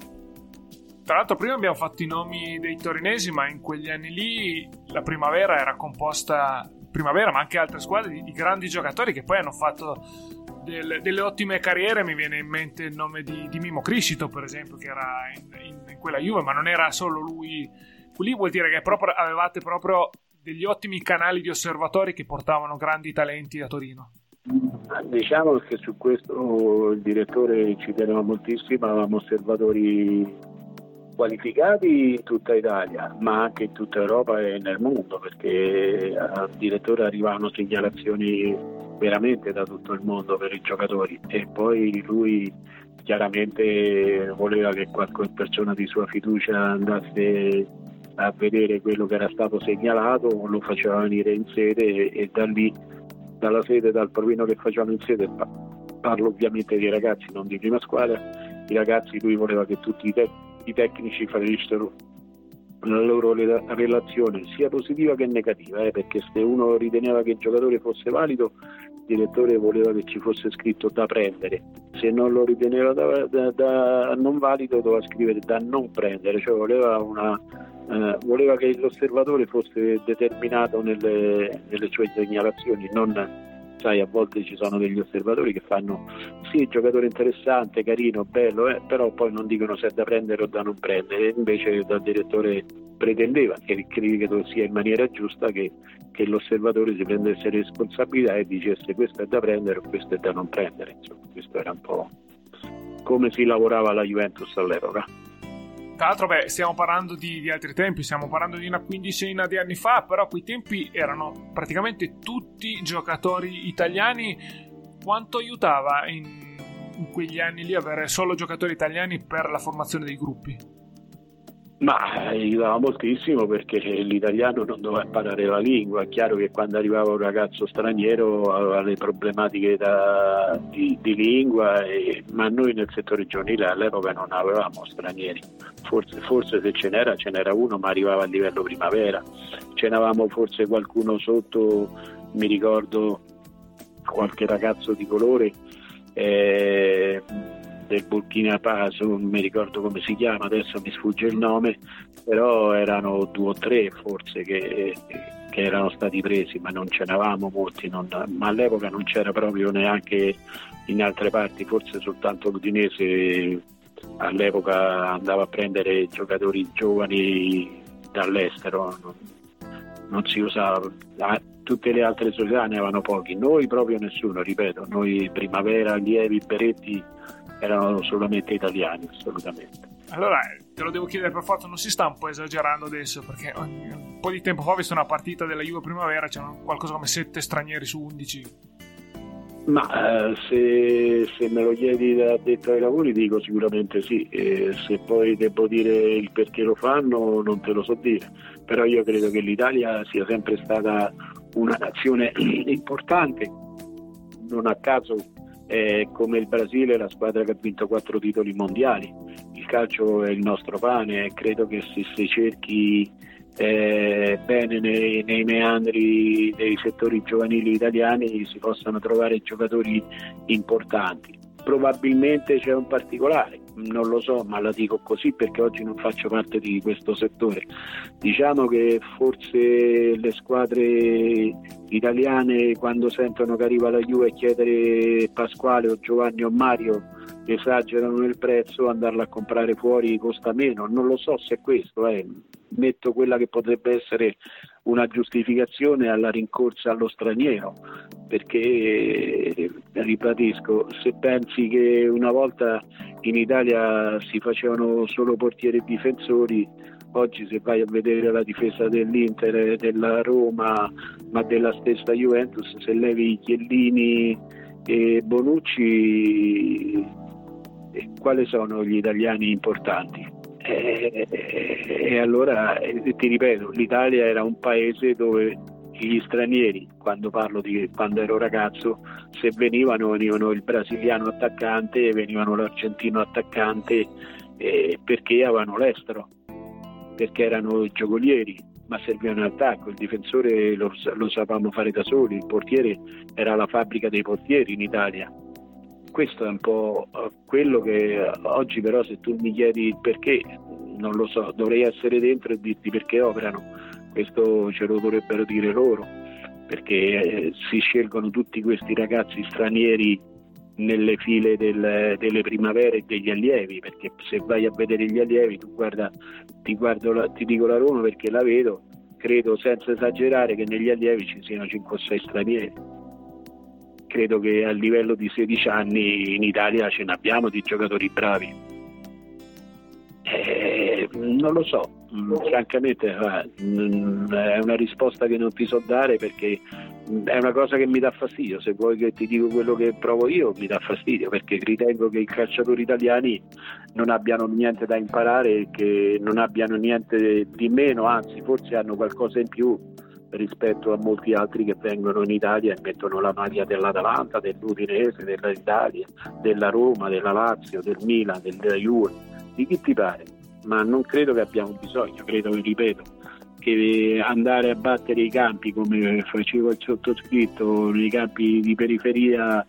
Tra l'altro prima abbiamo fatto i nomi dei torinesi, ma in quegli anni lì la Primavera era composta, Primavera ma anche altre squadre, di, di grandi giocatori che poi hanno fatto del, delle ottime carriere. Mi viene in mente il nome di, di Mimo Criscito, per esempio, che era in, in, in quella Juve, ma non era solo lui. Lì vuol dire che proprio, avevate proprio degli ottimi canali di osservatori che portavano grandi talenti a Torino. Diciamo che su questo il direttore ci teneva moltissimo, avevamo osservatori qualificati in tutta Italia, ma anche in tutta Europa e nel mondo, perché al direttore arrivavano segnalazioni veramente da tutto il mondo per i giocatori, e poi lui chiaramente voleva che qualche persona di sua fiducia andasse a vedere quello che era stato segnalato, lo faceva venire in sede, e, e da lì, dalla sede, dal provino che facevano in sede, parlo ovviamente dei ragazzi, non di prima squadra, i ragazzi, lui voleva che tutti i tecnici i tecnici facessero la loro relazione sia positiva che negativa, eh, perché se uno riteneva che il giocatore fosse valido, il direttore voleva che ci fosse scritto da prendere, se non lo riteneva da, da, da non valido doveva scrivere da non prendere, cioè voleva una eh, voleva che l'osservatore fosse determinato nelle, nelle sue segnalazioni, non, sai, a volte ci sono degli osservatori che fanno sì, giocatore interessante, carino, bello, eh, però poi non dicono se è da prendere o da non prendere. Invece dal direttore pretendeva, che credo sia in maniera giusta, che, che l'osservatore si prendesse responsabilità e dicesse questo è da prendere o questo è da non prendere. Insomma, questo era un po' come si lavorava alla Juventus all'epoca. Tra l'altro, beh, stiamo parlando di, di altri tempi, stiamo parlando di una quindicina di anni fa, però a quei tempi erano praticamente tutti giocatori italiani. Quanto aiutava in, in quegli anni lì avere solo giocatori italiani per la formazione dei gruppi? Ma aiutava moltissimo, perché l'italiano non doveva imparare la lingua. È chiaro che quando arrivava un ragazzo straniero aveva le problematiche da, di, di lingua, e, ma noi nel settore giovanile all'epoca non avevamo stranieri, forse, forse se ce n'era ce n'era uno, ma arrivava a livello primavera. Ce n'avevamo forse qualcuno sotto, mi ricordo qualche ragazzo di colore eh, del Burkina Faso, non mi ricordo come si chiama, adesso mi sfugge il nome, però erano due o tre forse che, che erano stati presi, ma non ce n'avamo molti, non, ma all'epoca non c'era proprio neanche in altre parti, forse soltanto l'Udinese all'epoca andava a prendere giocatori giovani dall'estero, non, non si usava. Tutte le altre società ne avevano pochi, noi proprio nessuno, ripeto, noi Primavera, Allievi, Beretti erano solamente italiani, assolutamente. Allora, te lo devo chiedere per forza, non si sta un po' esagerando adesso? Perché ogni, un po' di tempo fa ho visto una partita della Juve Primavera, c'erano qualcosa come sette stranieri su undici. Ma eh, se, se me lo chiedi da addetto ai lavori dico sicuramente sì, e se poi devo dire il perché lo fanno non te lo so dire, però io credo che l'Italia sia sempre stata una nazione importante, non a caso è come il Brasile la squadra che ha vinto quattro titoli mondiali. Il calcio è il nostro pane e credo che se si cerchi eh, bene nei, nei meandri dei settori giovanili italiani si possano trovare giocatori importanti. Probabilmente c'è un particolare, non lo so, ma la dico così perché oggi non faccio parte di questo settore. Diciamo che forse le squadre italiane, quando sentono che arriva la Juve a chiedere Pasquale o Giovanni o Mario, esagerano nel prezzo, andarla a comprare fuori costa meno. Non lo so se è questo, eh. Metto quella che potrebbe essere una giustificazione alla rincorsa allo straniero, perché ribadisco, se pensi che una volta in Italia si facevano solo portieri e difensori, oggi se vai a vedere la difesa dell'Inter, della Roma, ma della stessa Juventus, se levi Chiellini e Bonucci, quali sono gli italiani importanti? E, e allora ti ripeto, l'Italia era un paese dove gli stranieri, quando parlo di quando ero ragazzo, se venivano venivano il brasiliano attaccante, venivano l'argentino attaccante, eh, perché avevano l'estero, perché erano giocolieri, ma servivano in attacco. Il difensore lo, lo sapevamo fare da soli, il portiere era la fabbrica dei portieri in Italia. Questo è un po' quello che oggi, però, se tu mi chiedi il perché, non lo so, dovrei essere dentro e dirti perché operano. Questo ce lo dovrebbero dire loro, perché eh, si scelgono tutti questi ragazzi stranieri nelle file del, delle primavere e degli allievi, perché se vai a vedere gli allievi, tu guarda, ti, guardo la, ti dico la Roma perché la vedo, credo senza esagerare che negli allievi ci siano cinque o sei stranieri. Credo che a livello di sedici anni in Italia ce ne abbiamo di giocatori bravi. Eh, non lo so, francamente è una risposta che non ti so dare, perché è una cosa che mi dà fastidio. Se vuoi che ti dico quello che provo io, mi dà fastidio, perché ritengo che i calciatori italiani non abbiano niente da imparare e che non abbiano niente di meno, anzi forse hanno qualcosa in più rispetto a molti altri che vengono in Italia e mettono la maglia dell'Atalanta, dell'Udinese, dell'Italia, della Roma, della Lazio, del Milan, della Juve, di chi ti pare, ma non credo che abbiamo bisogno. Credo, ripeto, che andare a battere i campi come faceva il sottoscritto nei campi di periferia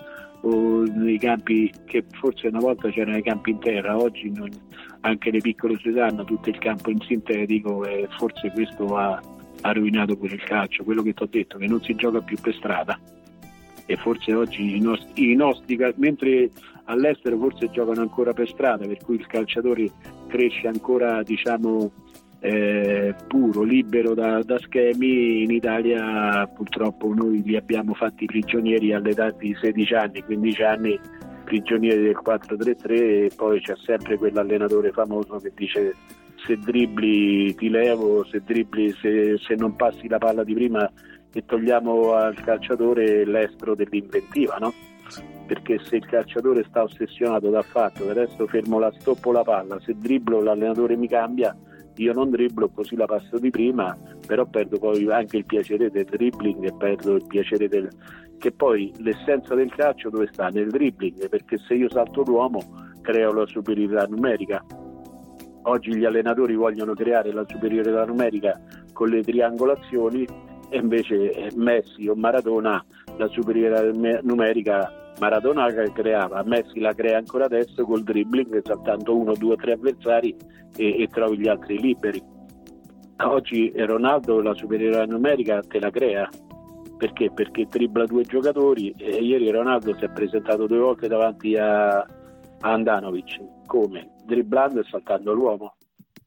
o nei campi che forse una volta c'erano i campi in terra, oggi non, anche le piccole città hanno tutto il campo in sintetico, e forse questo ha, ha rovinato pure il calcio. Quello che ti ho detto, che non si gioca più per strada, e forse oggi i nostri, i nostri mentre all'estero forse giocano ancora per strada, per cui il calciatore cresce ancora, diciamo, eh, puro, libero da, da schemi. In Italia purtroppo noi li abbiamo fatti prigionieri all'età di sedici anni, quindici anni, prigionieri del quattro tre tre, e poi c'è sempre quell'allenatore famoso che dice: se dribbli ti levo, se dribbli, se, se non passi la palla di prima, e togliamo al calciatore l'estro dell'inventiva, no? Perché se il calciatore sta ossessionato dal fatto che adesso fermo la stoppo la palla, se dribblo l'allenatore mi cambia, io non dribblo, così la passo di prima, però perdo poi anche il piacere del dribbling e perdo il piacere del... che poi l'essenza del calcio dove sta? Nel dribbling, perché se io salto l'uomo creo la superiorità numerica. Oggi gli allenatori vogliono creare la superiorità numerica con le triangolazioni, e invece Messi o Maradona la superiorità numerica Maradona che creava, Messi la crea ancora adesso col dribbling, saltando uno, due, tre avversari e, e trovi gli altri liberi. Oggi Ronaldo la superiorità numerica te la crea, perché? Perché dribbla due giocatori, e ieri Ronaldo si è presentato due volte davanti a, a Andanovic, come? Dribblando e saltando l'uomo.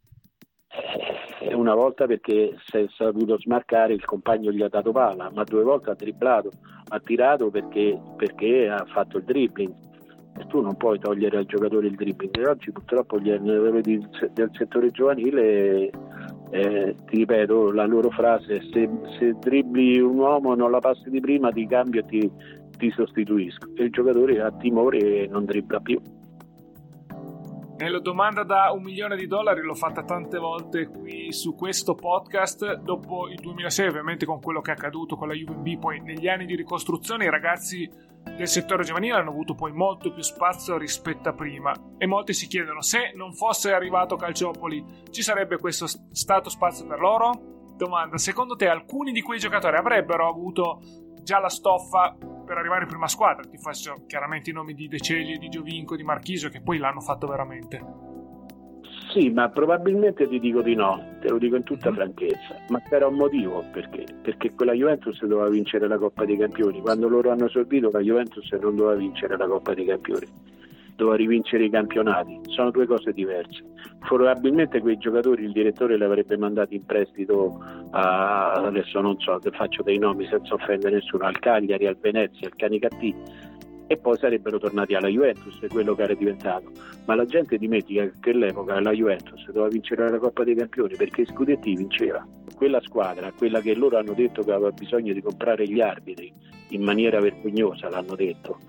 E una volta perché si è saputo smarcare, il compagno gli ha dato palla, ma due volte ha dribblato, ha tirato perché, perché ha fatto il dribbling, e tu non puoi togliere al giocatore il dribbling. E oggi purtroppo gli allenatori del settore giovanile, eh, ti ripeto la loro frase: se, se dribbli un uomo non la passi di prima, ti cambio e ti, ti sostituisco, e il giocatore ha timore e non dribbla più. E la domanda da un milione di dollari l'ho fatta tante volte qui su questo podcast. Dopo il duemilasei, ovviamente, con quello che è accaduto con la Juve B, poi negli anni di ricostruzione i ragazzi del settore giovanile hanno avuto poi molto più spazio rispetto a prima, e molti si chiedono: se non fosse arrivato Calciopoli, ci sarebbe questo stato spazio per loro? Domanda: secondo te alcuni di quei giocatori avrebbero avuto già la stoffa per arrivare in prima squadra? Ti faccio chiaramente i nomi di De Celi, di Giovinco, di Marchisio, che poi l'hanno fatto veramente. Sì, ma probabilmente ti dico di no, te lo dico in tutta franchezza, ma c'era un motivo. Perché? Perché quella Juventus doveva vincere la Coppa dei Campioni. Quando loro hanno assorbito, la Juventus non doveva vincere la Coppa dei Campioni, doveva rivincere i campionati. Sono due cose diverse. Probabilmente quei giocatori il direttore li avrebbe mandati in prestito a, adesso non so, faccio dei nomi senza offendere nessuno, al Cagliari, al Venezia, al Canicattì, e poi sarebbero tornati alla Juventus, quello che era diventato. Ma la gente dimentica che all'epoca la Juventus doveva vincere la Coppa dei Campioni, perché i scudetti vinceva. Quella squadra, quella che loro hanno detto che aveva bisogno di comprare gli arbitri in maniera vergognosa, l'hanno detto,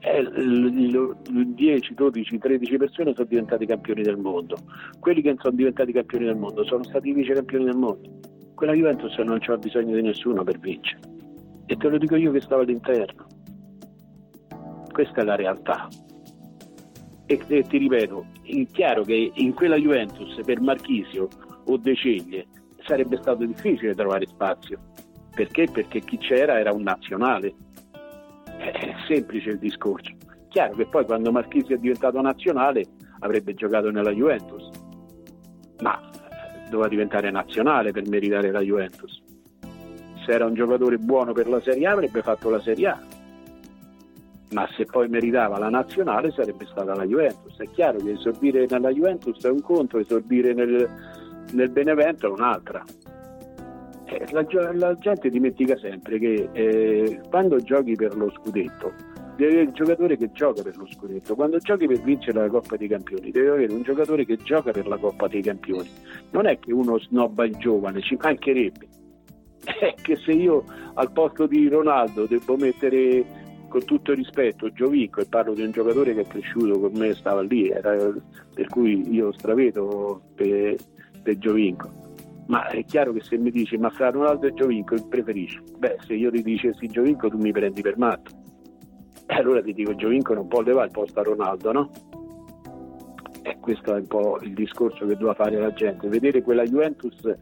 dieci, dodici, tredici persone sono diventati campioni del mondo. Quelli che sono diventati campioni del mondo sono stati vice campioni del mondo. Quella Juventus non c'ha bisogno di nessuno per vincere, e te lo dico io che stavo all'interno. Questa è la realtà, e, e ti ripeto, è chiaro che in quella Juventus per Marchisio o De Ceglie sarebbe stato difficile trovare spazio. Perché? Perché chi c'era era un nazionale. È semplice il discorso. Chiaro che poi quando Marchisio è diventato nazionale avrebbe giocato nella Juventus, ma doveva diventare nazionale per meritare la Juventus. Se era un giocatore buono per la Serie A avrebbe fatto la Serie A, ma se poi meritava la nazionale sarebbe stata la Juventus. È chiaro che esorbire nella Juventus è un conto, esorbire nel, nel Benevento è un'altra. Eh, la, la gente dimentica sempre che eh, quando giochi per lo scudetto devi avere il giocatore che gioca per lo scudetto. Quando giochi per vincere la Coppa dei Campioni devi avere un giocatore che gioca per la Coppa dei Campioni. Non è che uno snobba il giovane, ci mancherebbe. È che se io al posto di Ronaldo devo mettere, con tutto il rispetto, Giovinco, e parlo di un giocatore che è cresciuto con me, stava lì, era, per cui io stravedo per, per Giovinco. Ma è chiaro che se mi dici: ma fra Ronaldo e Giovinco che preferisci? Beh, se io ti dicessi Giovinco tu mi prendi per matto, e allora ti dico: Giovinco non può levare il posto a Ronaldo, no? E questo è un po' il discorso che doveva fare la gente, vedere quella Juventus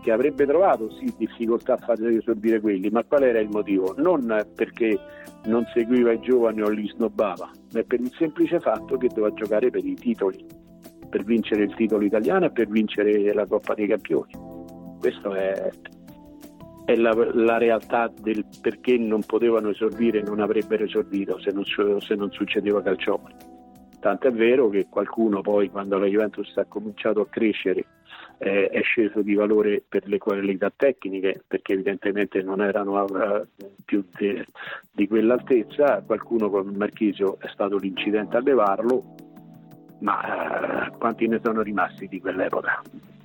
che avrebbe trovato sì difficoltà a far esordire quelli, ma qual era il motivo? Non perché non seguiva i giovani o li snobbava, ma per il semplice fatto che doveva giocare per i titoli, per vincere il titolo italiano e per vincere la Coppa dei Campioni. Questo è, è la, la realtà del perché non potevano esordire e non avrebbero esordito se non, se non succedeva Calciopoli. Tanto è vero che qualcuno poi, quando la Juventus ha cominciato a crescere, eh, è sceso di valore per le qualità tecniche, perché evidentemente non erano uh, più de, di quell'altezza. Qualcuno come Marchisio è stato l'incidente a levarlo, ma uh, quanti ne sono rimasti di quell'epoca?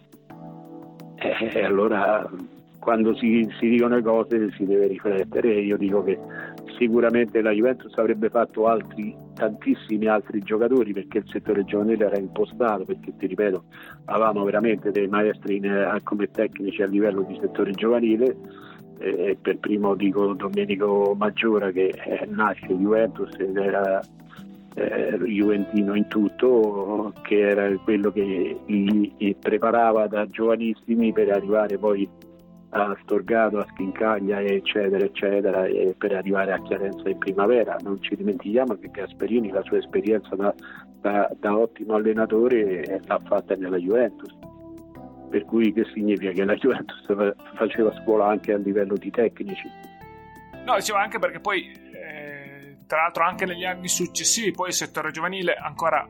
E eh, allora quando si, si dicono le cose si deve riflettere, e io dico che sicuramente la Juventus avrebbe fatto altri tantissimi altri giocatori, perché il settore giovanile era impostato, perché ti ripeto avevamo veramente dei maestri in, come tecnici a livello di settore giovanile, e per primo dico Domenico Maggiora che eh, nasce Juventus ed era eh, juventino in tutto, che era quello che li preparava da giovanissimi per arrivare poi a Storgato, a Schincaglia eccetera eccetera, e per arrivare a Chiarenza in primavera. Non ci dimentichiamo che Gasperini la sua esperienza da, da, da ottimo allenatore l'ha fatta nella Juventus, per cui che significa che la Juventus faceva scuola anche a livello di tecnici. No, dicevo anche perché poi eh, tra l'altro anche negli anni successivi poi il settore giovanile ancora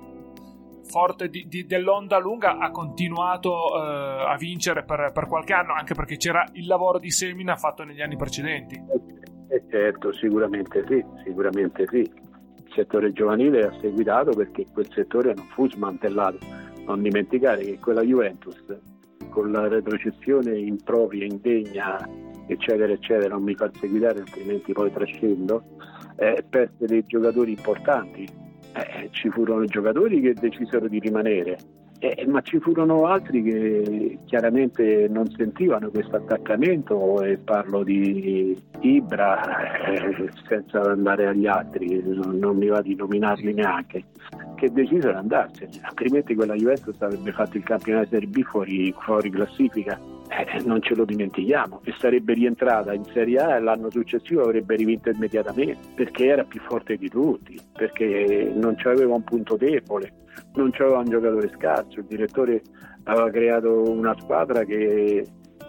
forte di, di, dell'onda lunga ha continuato eh, a vincere per, per qualche anno, anche perché c'era il lavoro di semina fatto negli anni precedenti. Eh certo, sicuramente sì, sicuramente sì. Il settore giovanile ha seguitato perché quel settore non fu smantellato. Non dimenticare che quella Juventus, con la retrocessione impropria, indegna, eccetera eccetera, non mi fa seguitare altrimenti poi trascendo, eh, perse dei giocatori importanti. Eh, ci furono giocatori che decisero di rimanere, eh, ma ci furono altri che chiaramente non sentivano questo attaccamento, e parlo di Ibra, eh, senza andare agli altri, non, non mi va di nominarli neanche, che decisero di andarsene, altrimenti quella Juventus avrebbe fatto il campionato Serie B fuori, fuori classifica. Eh, non ce lo dimentichiamo, e sarebbe rientrata in Serie A e l'anno successivo avrebbe rivinto immediatamente, perché era più forte di tutti, perché non c'aveva un punto debole, non c'aveva un giocatore scarso. Il direttore aveva creato una squadra che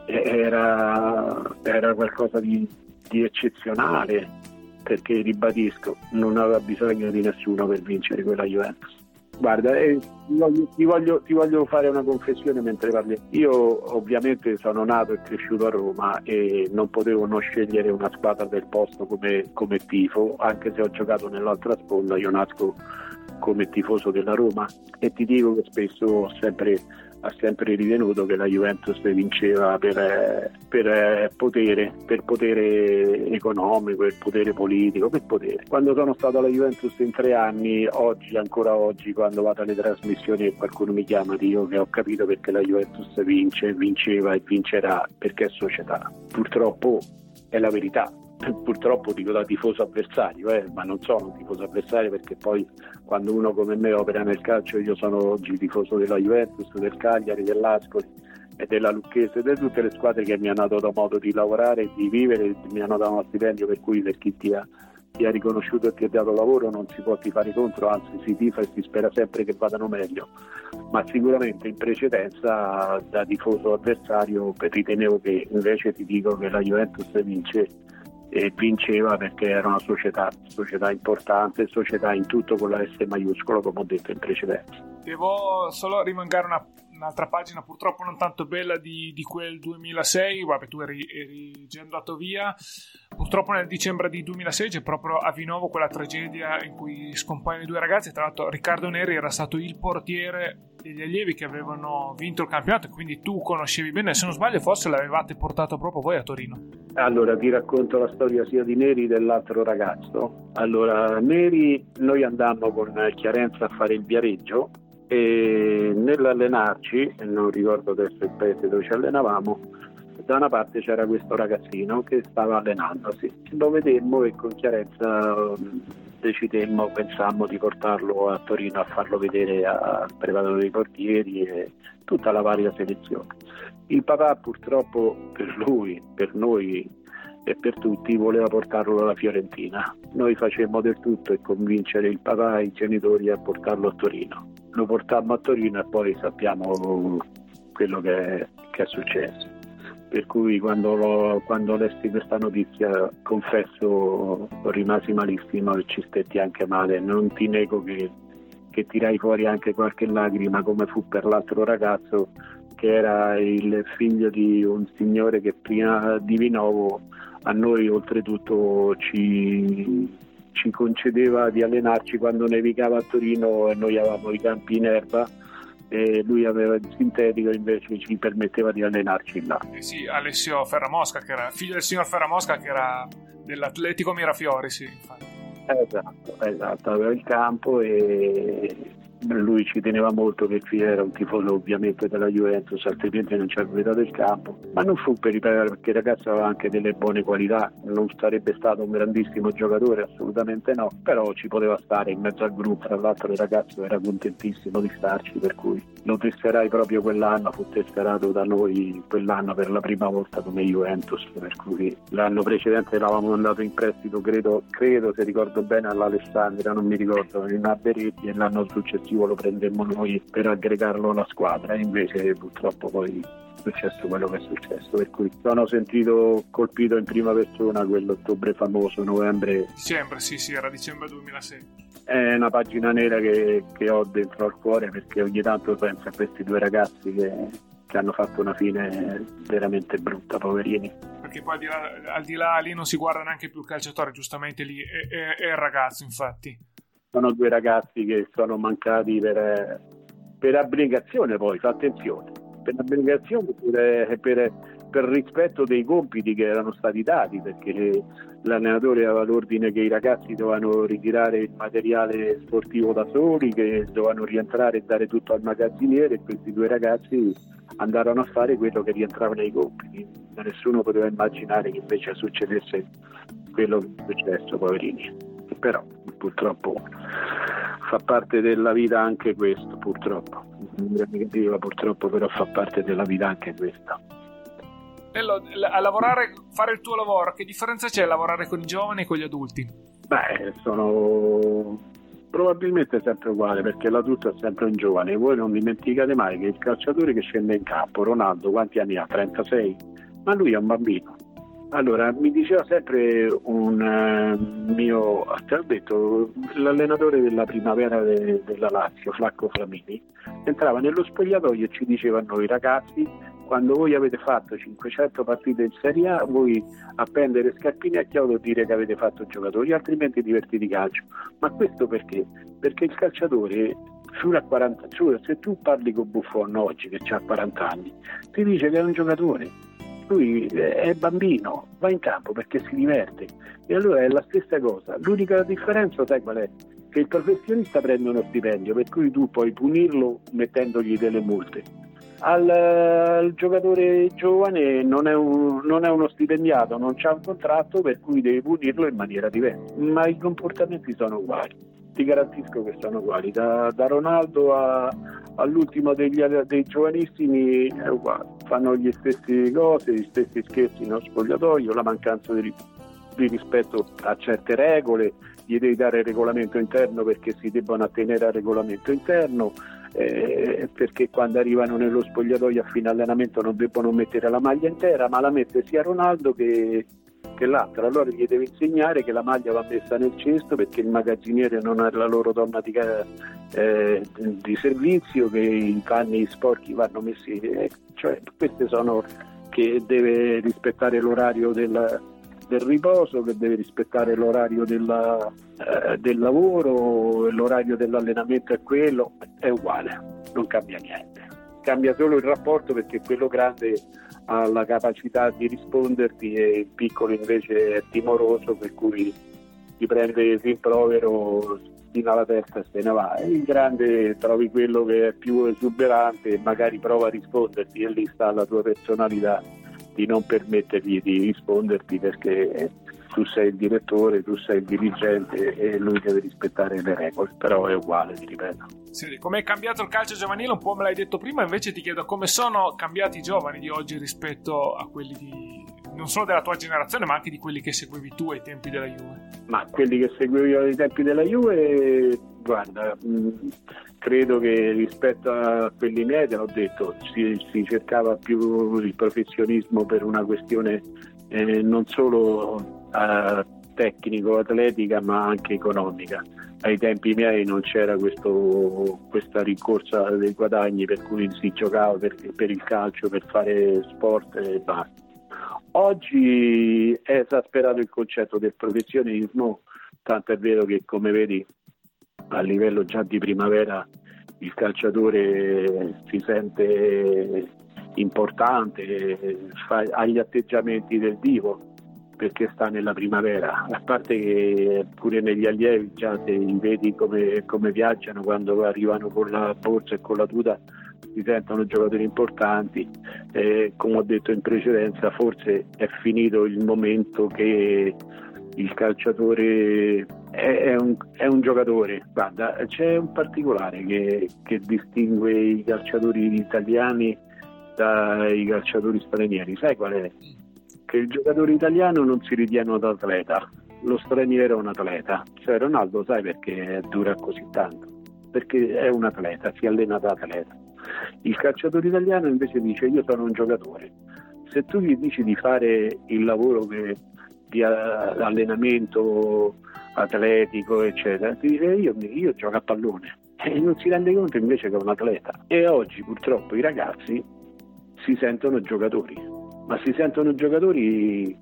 era, era qualcosa di, di eccezionale, perché ribadisco, non aveva bisogno di nessuno per vincere quella Juventus. Guarda, eh, ti, voglio, ti, voglio, ti voglio fare una confessione mentre parli. Io ovviamente sono nato e cresciuto a Roma e non potevo non scegliere una squadra del posto come, come tifo, anche se ho giocato nell'altra sponda. Io nasco come tifoso della Roma e ti dico che spesso ho sempre, ha sempre ritenuto che la Juventus vinceva per, per potere, per potere economico, per potere politico, per potere. Quando sono stato alla Juventus in tre anni, oggi, ancora oggi, quando vado alle trasmissioni e qualcuno mi chiama, dico che ho capito perché la Juventus vince, vinceva e vincerà, perché è società. Purtroppo è la verità. Purtroppo dico da tifoso avversario, eh, ma non sono un tifoso avversario, perché poi quando uno come me opera nel calcio, io sono oggi tifoso della Juventus, del Cagliari, dell'Ascoli e della Lucchese, di tutte le squadre che mi hanno dato modo di lavorare, di vivere, mi hanno dato uno stipendio, per cui per chi ti ha, ti ha riconosciuto e ti ha dato lavoro non si può tifare contro, anzi si tifa e si spera sempre che vadano meglio, ma sicuramente in precedenza da tifoso avversario ritenevo che invece ti dico che la Juventus vince e vinceva perché era una società, società importante, società in tutto con la S maiuscola, come ho detto in precedenza. Devo solo rimangare una, un'altra pagina purtroppo non tanto bella di, di quel duemilasei. Vabbè, tu eri, eri già andato via. Purtroppo nel dicembre di duemilasei c'è proprio a Vinovo quella tragedia in cui scompaiono i due ragazzi. Tra l'altro Riccardo Neri era stato il portiere degli allievi che avevano vinto il campionato, quindi tu conoscevi bene, se non sbaglio forse l'avevate portato proprio voi a Torino. Allora ti racconto la storia sia di Neri che dell'altro ragazzo. Allora Neri, noi andammo con Chiarenza a fare il Viareggio e nell'allenarci, non ricordo adesso il paese dove ci allenavamo, da una parte c'era questo ragazzino che stava allenandosi, lo vedemmo e con Chiarenza decidemmo, pensammo di portarlo a Torino a farlo vedere al preparatore dei portieri e tutta la varia selezione. Il papà purtroppo per lui, per noi e per tutti voleva portarlo alla Fiorentina. Noi facemmo del tutto e convincere il papà e i genitori a portarlo a Torino. Lo portammo a Torino e poi sappiamo quello che è, che è successo. Per cui quando, lo, quando lessi questa notizia, confesso, rimasi malissimo e ci stetti anche male. Non ti nego che, che tirai fuori anche qualche lacrima, come fu per l'altro ragazzo, che era il figlio di un signore che prima di Vinovo a noi oltretutto ci, ci concedeva di allenarci quando nevicava a Torino e noi avevamo i campi in erba e lui aveva il sintetico, invece ci permetteva di allenarci là. Eh sì, Alessio Ferramosca, che era figlio del signor Ferramosca, che era dell'Atletico Mirafiori, sì, infatti. Esatto, esatto, aveva il campo e lui ci teneva molto, che il figlio era un tifoso ovviamente della Juventus, altrimenti non ci avrebbe dato il campo, ma non fu per ripetere, perché il ragazzo aveva anche delle buone qualità, non sarebbe stato un grandissimo giocatore, assolutamente no, però ci poteva stare in mezzo al gruppo. Tra l'altro il ragazzo era contentissimo di starci, per cui lo tesserai proprio quell'anno, fu tesserato da noi quell'anno per la prima volta come Juventus, per cui l'anno precedente eravamo andato in prestito, credo, credo se ricordo bene, all'Alessandria, non mi ricordo, in Aberetti, e l'anno successivo lo prendemmo noi per aggregarlo alla squadra, e invece purtroppo poi è successo quello che è successo, per cui sono sentito colpito in prima persona quell'ottobre famoso, novembre. Dicembre, sì sì, era dicembre duemilasei. È una pagina nera che, che ho dentro al cuore, perché ogni tanto penso a questi due ragazzi che, che hanno fatto una fine veramente brutta, poverini. Perché poi al di là, al di là lì non si guarda neanche più il calciatore, giustamente lì è, è, è il ragazzo, infatti. Sono due ragazzi che sono mancati per, per abnegazione, poi fa attenzione, per abnegazione, per, per, per rispetto dei compiti che erano stati dati, perché l'allenatore aveva l'ordine che i ragazzi dovevano ritirare il materiale sportivo da soli, che dovevano rientrare e dare tutto al magazziniere, e questi due ragazzi andarono a fare quello che rientrava nei compiti. Nessuno poteva immaginare che invece succedesse quello che è successo, poverini. Però purtroppo fa parte della vita anche questo, purtroppo negativa, purtroppo, però fa parte della vita anche questo. Bello, a lavorare, fare il tuo lavoro, che differenza c'è a lavorare con i giovani e con gli adulti? Beh, sono probabilmente sempre uguale, perché l'adulto è sempre un giovane. Voi non dimenticate mai che il calciatore che scende in campo, Ronaldo, quanti anni ha? trentasei? Ma lui è un bambino. Allora, mi diceva sempre un uh, mio, ti ho detto, l'allenatore della primavera de, della Lazio, Flacco Flamini, entrava nello spogliatoio e ci diceva a noi: ragazzi, quando voi avete fatto cinquecento partite in Serie A, voi appendere scarpine a chiodo dire che avete fatto giocatori, altrimenti divertiti calcio. Ma questo perché? Perché il calciatore fino a quaranta, cioè se tu parli con Buffon oggi che ha quaranta anni, ti dice che è un giocatore. Lui è bambino, va in campo perché si diverte, e allora è la stessa cosa. L'unica differenza, sai qual è? Che il professionista prende uno stipendio, per cui tu puoi punirlo mettendogli delle multe. Al, al giocatore giovane non è, un, non è uno stipendiato, non c'ha un contratto, per cui devi punirlo in maniera diversa, ma i comportamenti sono uguali. Ti garantisco che sono uguali, da, da Ronaldo a, all'ultimo degli, dei giovanissimi è uguale, fanno le stesse cose, gli stessi scherzi nello spogliatoio, la mancanza di, di rispetto a certe regole, gli devi dare il regolamento interno perché si debbano attenere al regolamento interno, eh, perché quando arrivano nello spogliatoio a fine allenamento non debbono mettere la maglia intera, ma la mette sia Ronaldo che che l'altro. Allora gli deve insegnare che la maglia va messa nel cesto perché il magazziniere non è la loro donna di, eh, di servizio, che i panni sporchi vanno messi, eh, cioè queste sono, che deve rispettare l'orario del, del riposo, che deve rispettare l'orario della, eh, del lavoro, l'orario dell'allenamento è quello, è uguale, non cambia niente. Cambia solo il rapporto, perché quello grande ha la capacità di risponderti e il piccolo invece è timoroso, per cui ti prende il rimprovero, china la testa e se ne va. E il grande trovi quello che è più esuberante e magari prova a risponderti, e lì sta la tua personalità di non permettergli di risponderti, perché tu sei il direttore, tu sei il dirigente e lui deve rispettare le regole, però è uguale, ti ripeto. Sì, come è cambiato il calcio giovanile un po' me l'hai detto prima, invece ti chiedo come sono cambiati i giovani di oggi rispetto a quelli di non solo della tua generazione ma anche di quelli che seguivi tu ai tempi della Juve. Ma quelli che seguivo io ai tempi della Juve, guarda, mh, credo che rispetto a quelli miei, te l'ho detto, si, si cercava più il professionismo per una questione eh, non solo eh, tecnico-atletica ma anche economica. Ai tempi miei non c'era questo, questa rincorsa dei guadagni per cui si giocava per, per il calcio, per fare sport e basta. Oggi è esasperato il concetto del professionismo, tanto è vero che, come vedi, a livello già di primavera il calciatore si sente importante, fa, ha gli atteggiamenti del divo perché sta nella primavera, a parte che pure negli allievi già se vedi come, come viaggiano quando arrivano con la borsa e con la tuta si sentono giocatori importanti. Eh, come ho detto in precedenza, forse è finito il momento che il calciatore è, è, un, è un giocatore. Guarda, c'è un particolare che, che distingue i calciatori italiani dai calciatori stranieri, sai qual è? Che il giocatore italiano non si ritiene un atleta, lo straniero è un atleta. Cioè Ronaldo sai perché dura così tanto? Perché è un atleta, si allena da atleta. Il calciatore italiano invece dice io sono un giocatore. Se tu gli dici di fare il lavoro che, di allenamento atletico eccetera, ti dice io, io gioco a pallone e non si rende conto invece che è un atleta. E oggi purtroppo i ragazzi si sentono giocatori, ma si sentono giocatori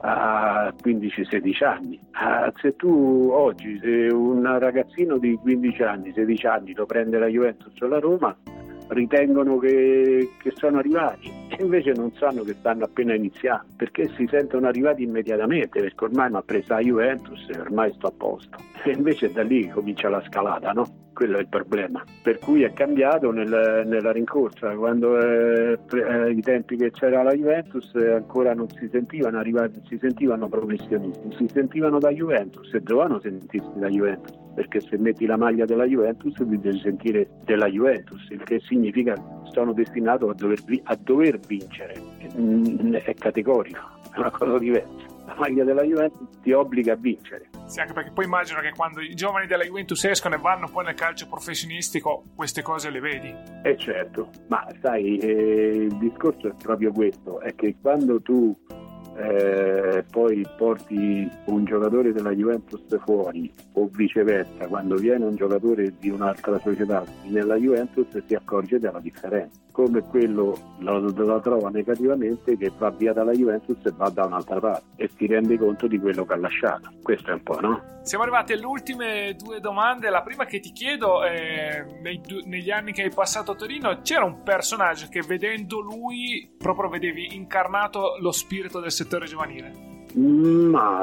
a quindici sedici anni. Ah, se tu oggi, se un ragazzino di quindici anni, sedici anni lo prende la Juventus o la Roma, ritengono che, che sono arrivati e invece non sanno che stanno appena iniziando, perché si sentono arrivati immediatamente, perché ormai mi ha presa la Juventus e ormai sto a posto. E invece da lì comincia la scalata, no? Quello è il problema. Per cui è cambiato nel, nella rincorsa. Quando eh, ai eh, tempi che c'era la Juventus eh, ancora non si sentivano arrivati, si sentivano professionisti, si sentivano da Juventus e dovevano sentirsi da Juventus, perché se metti la maglia della Juventus ti devi sentire della Juventus, il che significa sono destinato a dover, a dover vincere. È categorico, è una cosa diversa. La maglia della Juventus ti obbliga a vincere. Sì, anche perché poi immagino che quando i giovani della Juventus escono e vanno poi nel calcio professionistico queste cose le vedi. Eh certo, ma sai, eh, il discorso è proprio questo, è che quando tu eh, poi porti un giocatore della Juventus fuori o viceversa, quando viene un giocatore di un'altra società nella Juventus si accorge della differenza, come quello la, la trova negativamente che va via dalla Juventus e va da un'altra parte e si rende conto di quello che ha lasciato. Questo è un po', no? Siamo arrivati alle ultime due domande. La prima che ti chiedo è, nei, negli anni che hai passato a Torino c'era un personaggio che vedendo lui proprio vedevi incarnato lo spirito del settore giovanile? Ma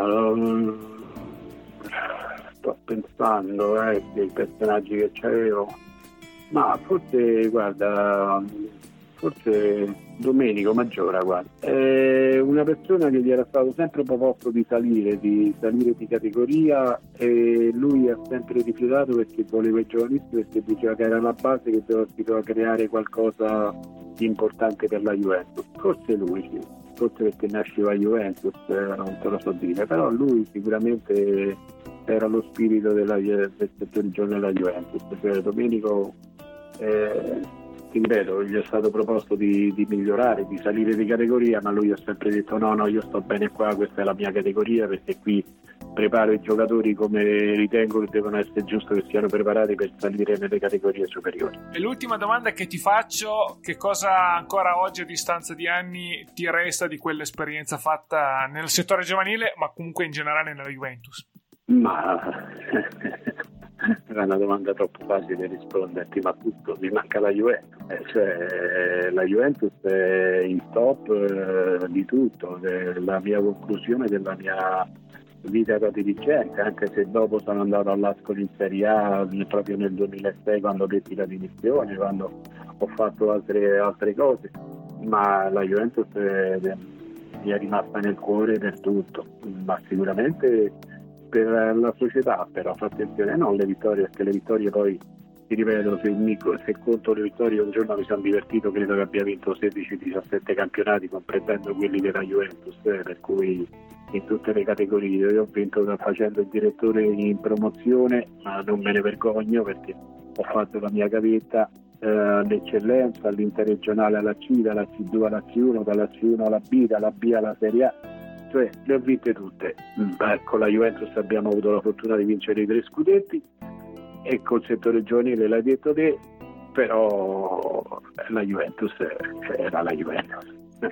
sto pensando eh, dei personaggi che c'avevo, ma forse guarda forse Domenico Maggiora, guarda, è una persona che gli era stato sempre proposto di salire di salire di categoria e lui ha sempre rifiutato perché voleva i giovanissimi, perché diceva che era la base che doveva, si doveva creare qualcosa di importante per la Juventus. Forse lui sì, forse perché nasceva Juventus, eh, non te lo so dire, però lui sicuramente era lo spirito della, del settore giovane della Juventus. Cioè, Domenico eh, ti ripeto, gli è stato proposto di, di migliorare, di salire di categoria, ma lui ha sempre detto no, no, io sto bene qua, questa è la mia categoria, perché qui preparo i giocatori come ritengo che devono essere giusto che siano preparati per salire nelle categorie superiori. E l'ultima domanda che ti faccio, che cosa ancora oggi a distanza di anni ti resta di quell'esperienza fatta nel settore giovanile, ma comunque in generale nella Juventus? Ma è una domanda troppo facile risponderti, ma tutto, mi manca la Juventus, eh, cioè la Juventus è il top eh, di tutto, è la mia conclusione della mia vita da dirigente, anche se dopo sono andato all'Ascoli in Serie A proprio nel duemilasei quando detti la dimissione, quando ho fatto altre, altre cose, ma la Juventus è, gli è rimasta nel cuore per tutto, ma sicuramente per la società. Però fa attenzione non alle vittorie, perché le vittorie poi, ti ripeto, se, mi, se conto le vittorie, un giorno mi sono divertito, credo che abbia vinto sedici diciassette campionati, comprendendo quelli della Juventus, eh, per cui in tutte le categorie. Io ho vinto facendo il direttore in promozione, ma non me ne vergogno, perché ho fatto la mia gavetta, eh, l'eccellenza, all'interregionale alla C, dalla C due alla C uno, dalla C uno alla B, dalla B alla Serie A, cioè le ho vinte tutte. Beh, con la Juventus abbiamo avuto la fortuna di vincere i tre scudetti, e col settore giovanile l'hai detto te, però la Juventus era la Juventus.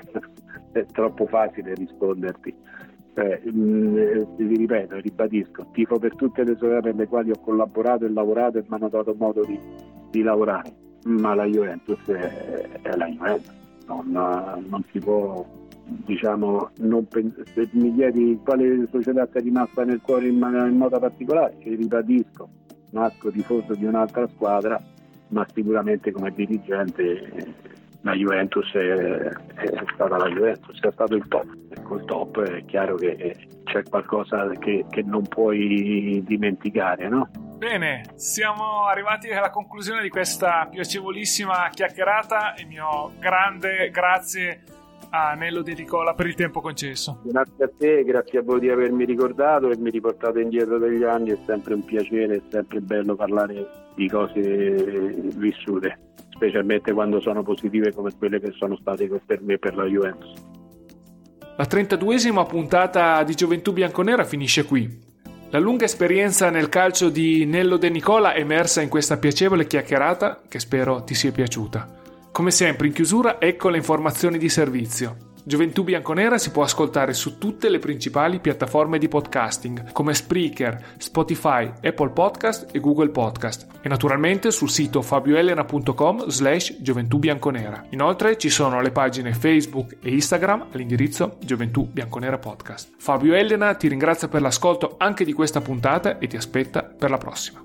È troppo facile risponderti. Eh, mh, ti ripeto, ribadisco, tifo per tutte le società per le quali ho collaborato e lavorato e mi hanno dato modo di, di lavorare, ma la Juventus è, è la Juventus, non, non si può, diciamo, non pens- se mi chiedi quale società ti è rimasta nel cuore in, in modo particolare, ti ribadisco, nasco tifoso di un'altra squadra, ma sicuramente come dirigente la Juventus è, è stata la Juventus, è stato il top, e col top è chiaro che c'è qualcosa che, che non puoi dimenticare, no? Bene, siamo arrivati alla conclusione di questa piacevolissima chiacchierata. Il mio grande grazie a Nello De Nicola per il tempo concesso. Grazie a te, grazie a voi di avermi ricordato e mi riportate indietro degli anni. È sempre un piacere, è sempre bello parlare di cose vissute, specialmente quando sono positive come quelle che sono state per me e per la Juventus. La trentaduesima puntata di Gioventù Bianconera finisce qui. La lunga esperienza nel calcio di Nello De Nicola è emersa in questa piacevole chiacchierata che spero ti sia piaciuta. Come sempre in chiusura ecco le informazioni di servizio. Gioventù Bianconera si può ascoltare su tutte le principali piattaforme di podcasting come Spreaker, Spotify, Apple Podcast e Google Podcast e naturalmente sul sito fabioelena punto com slash Gioventù Bianconera. Inoltre ci sono le pagine Facebook e Instagram all'indirizzo Gioventù Bianconera Podcast. Fabio Elena ti ringrazia per l'ascolto anche di questa puntata e ti aspetta per la prossima.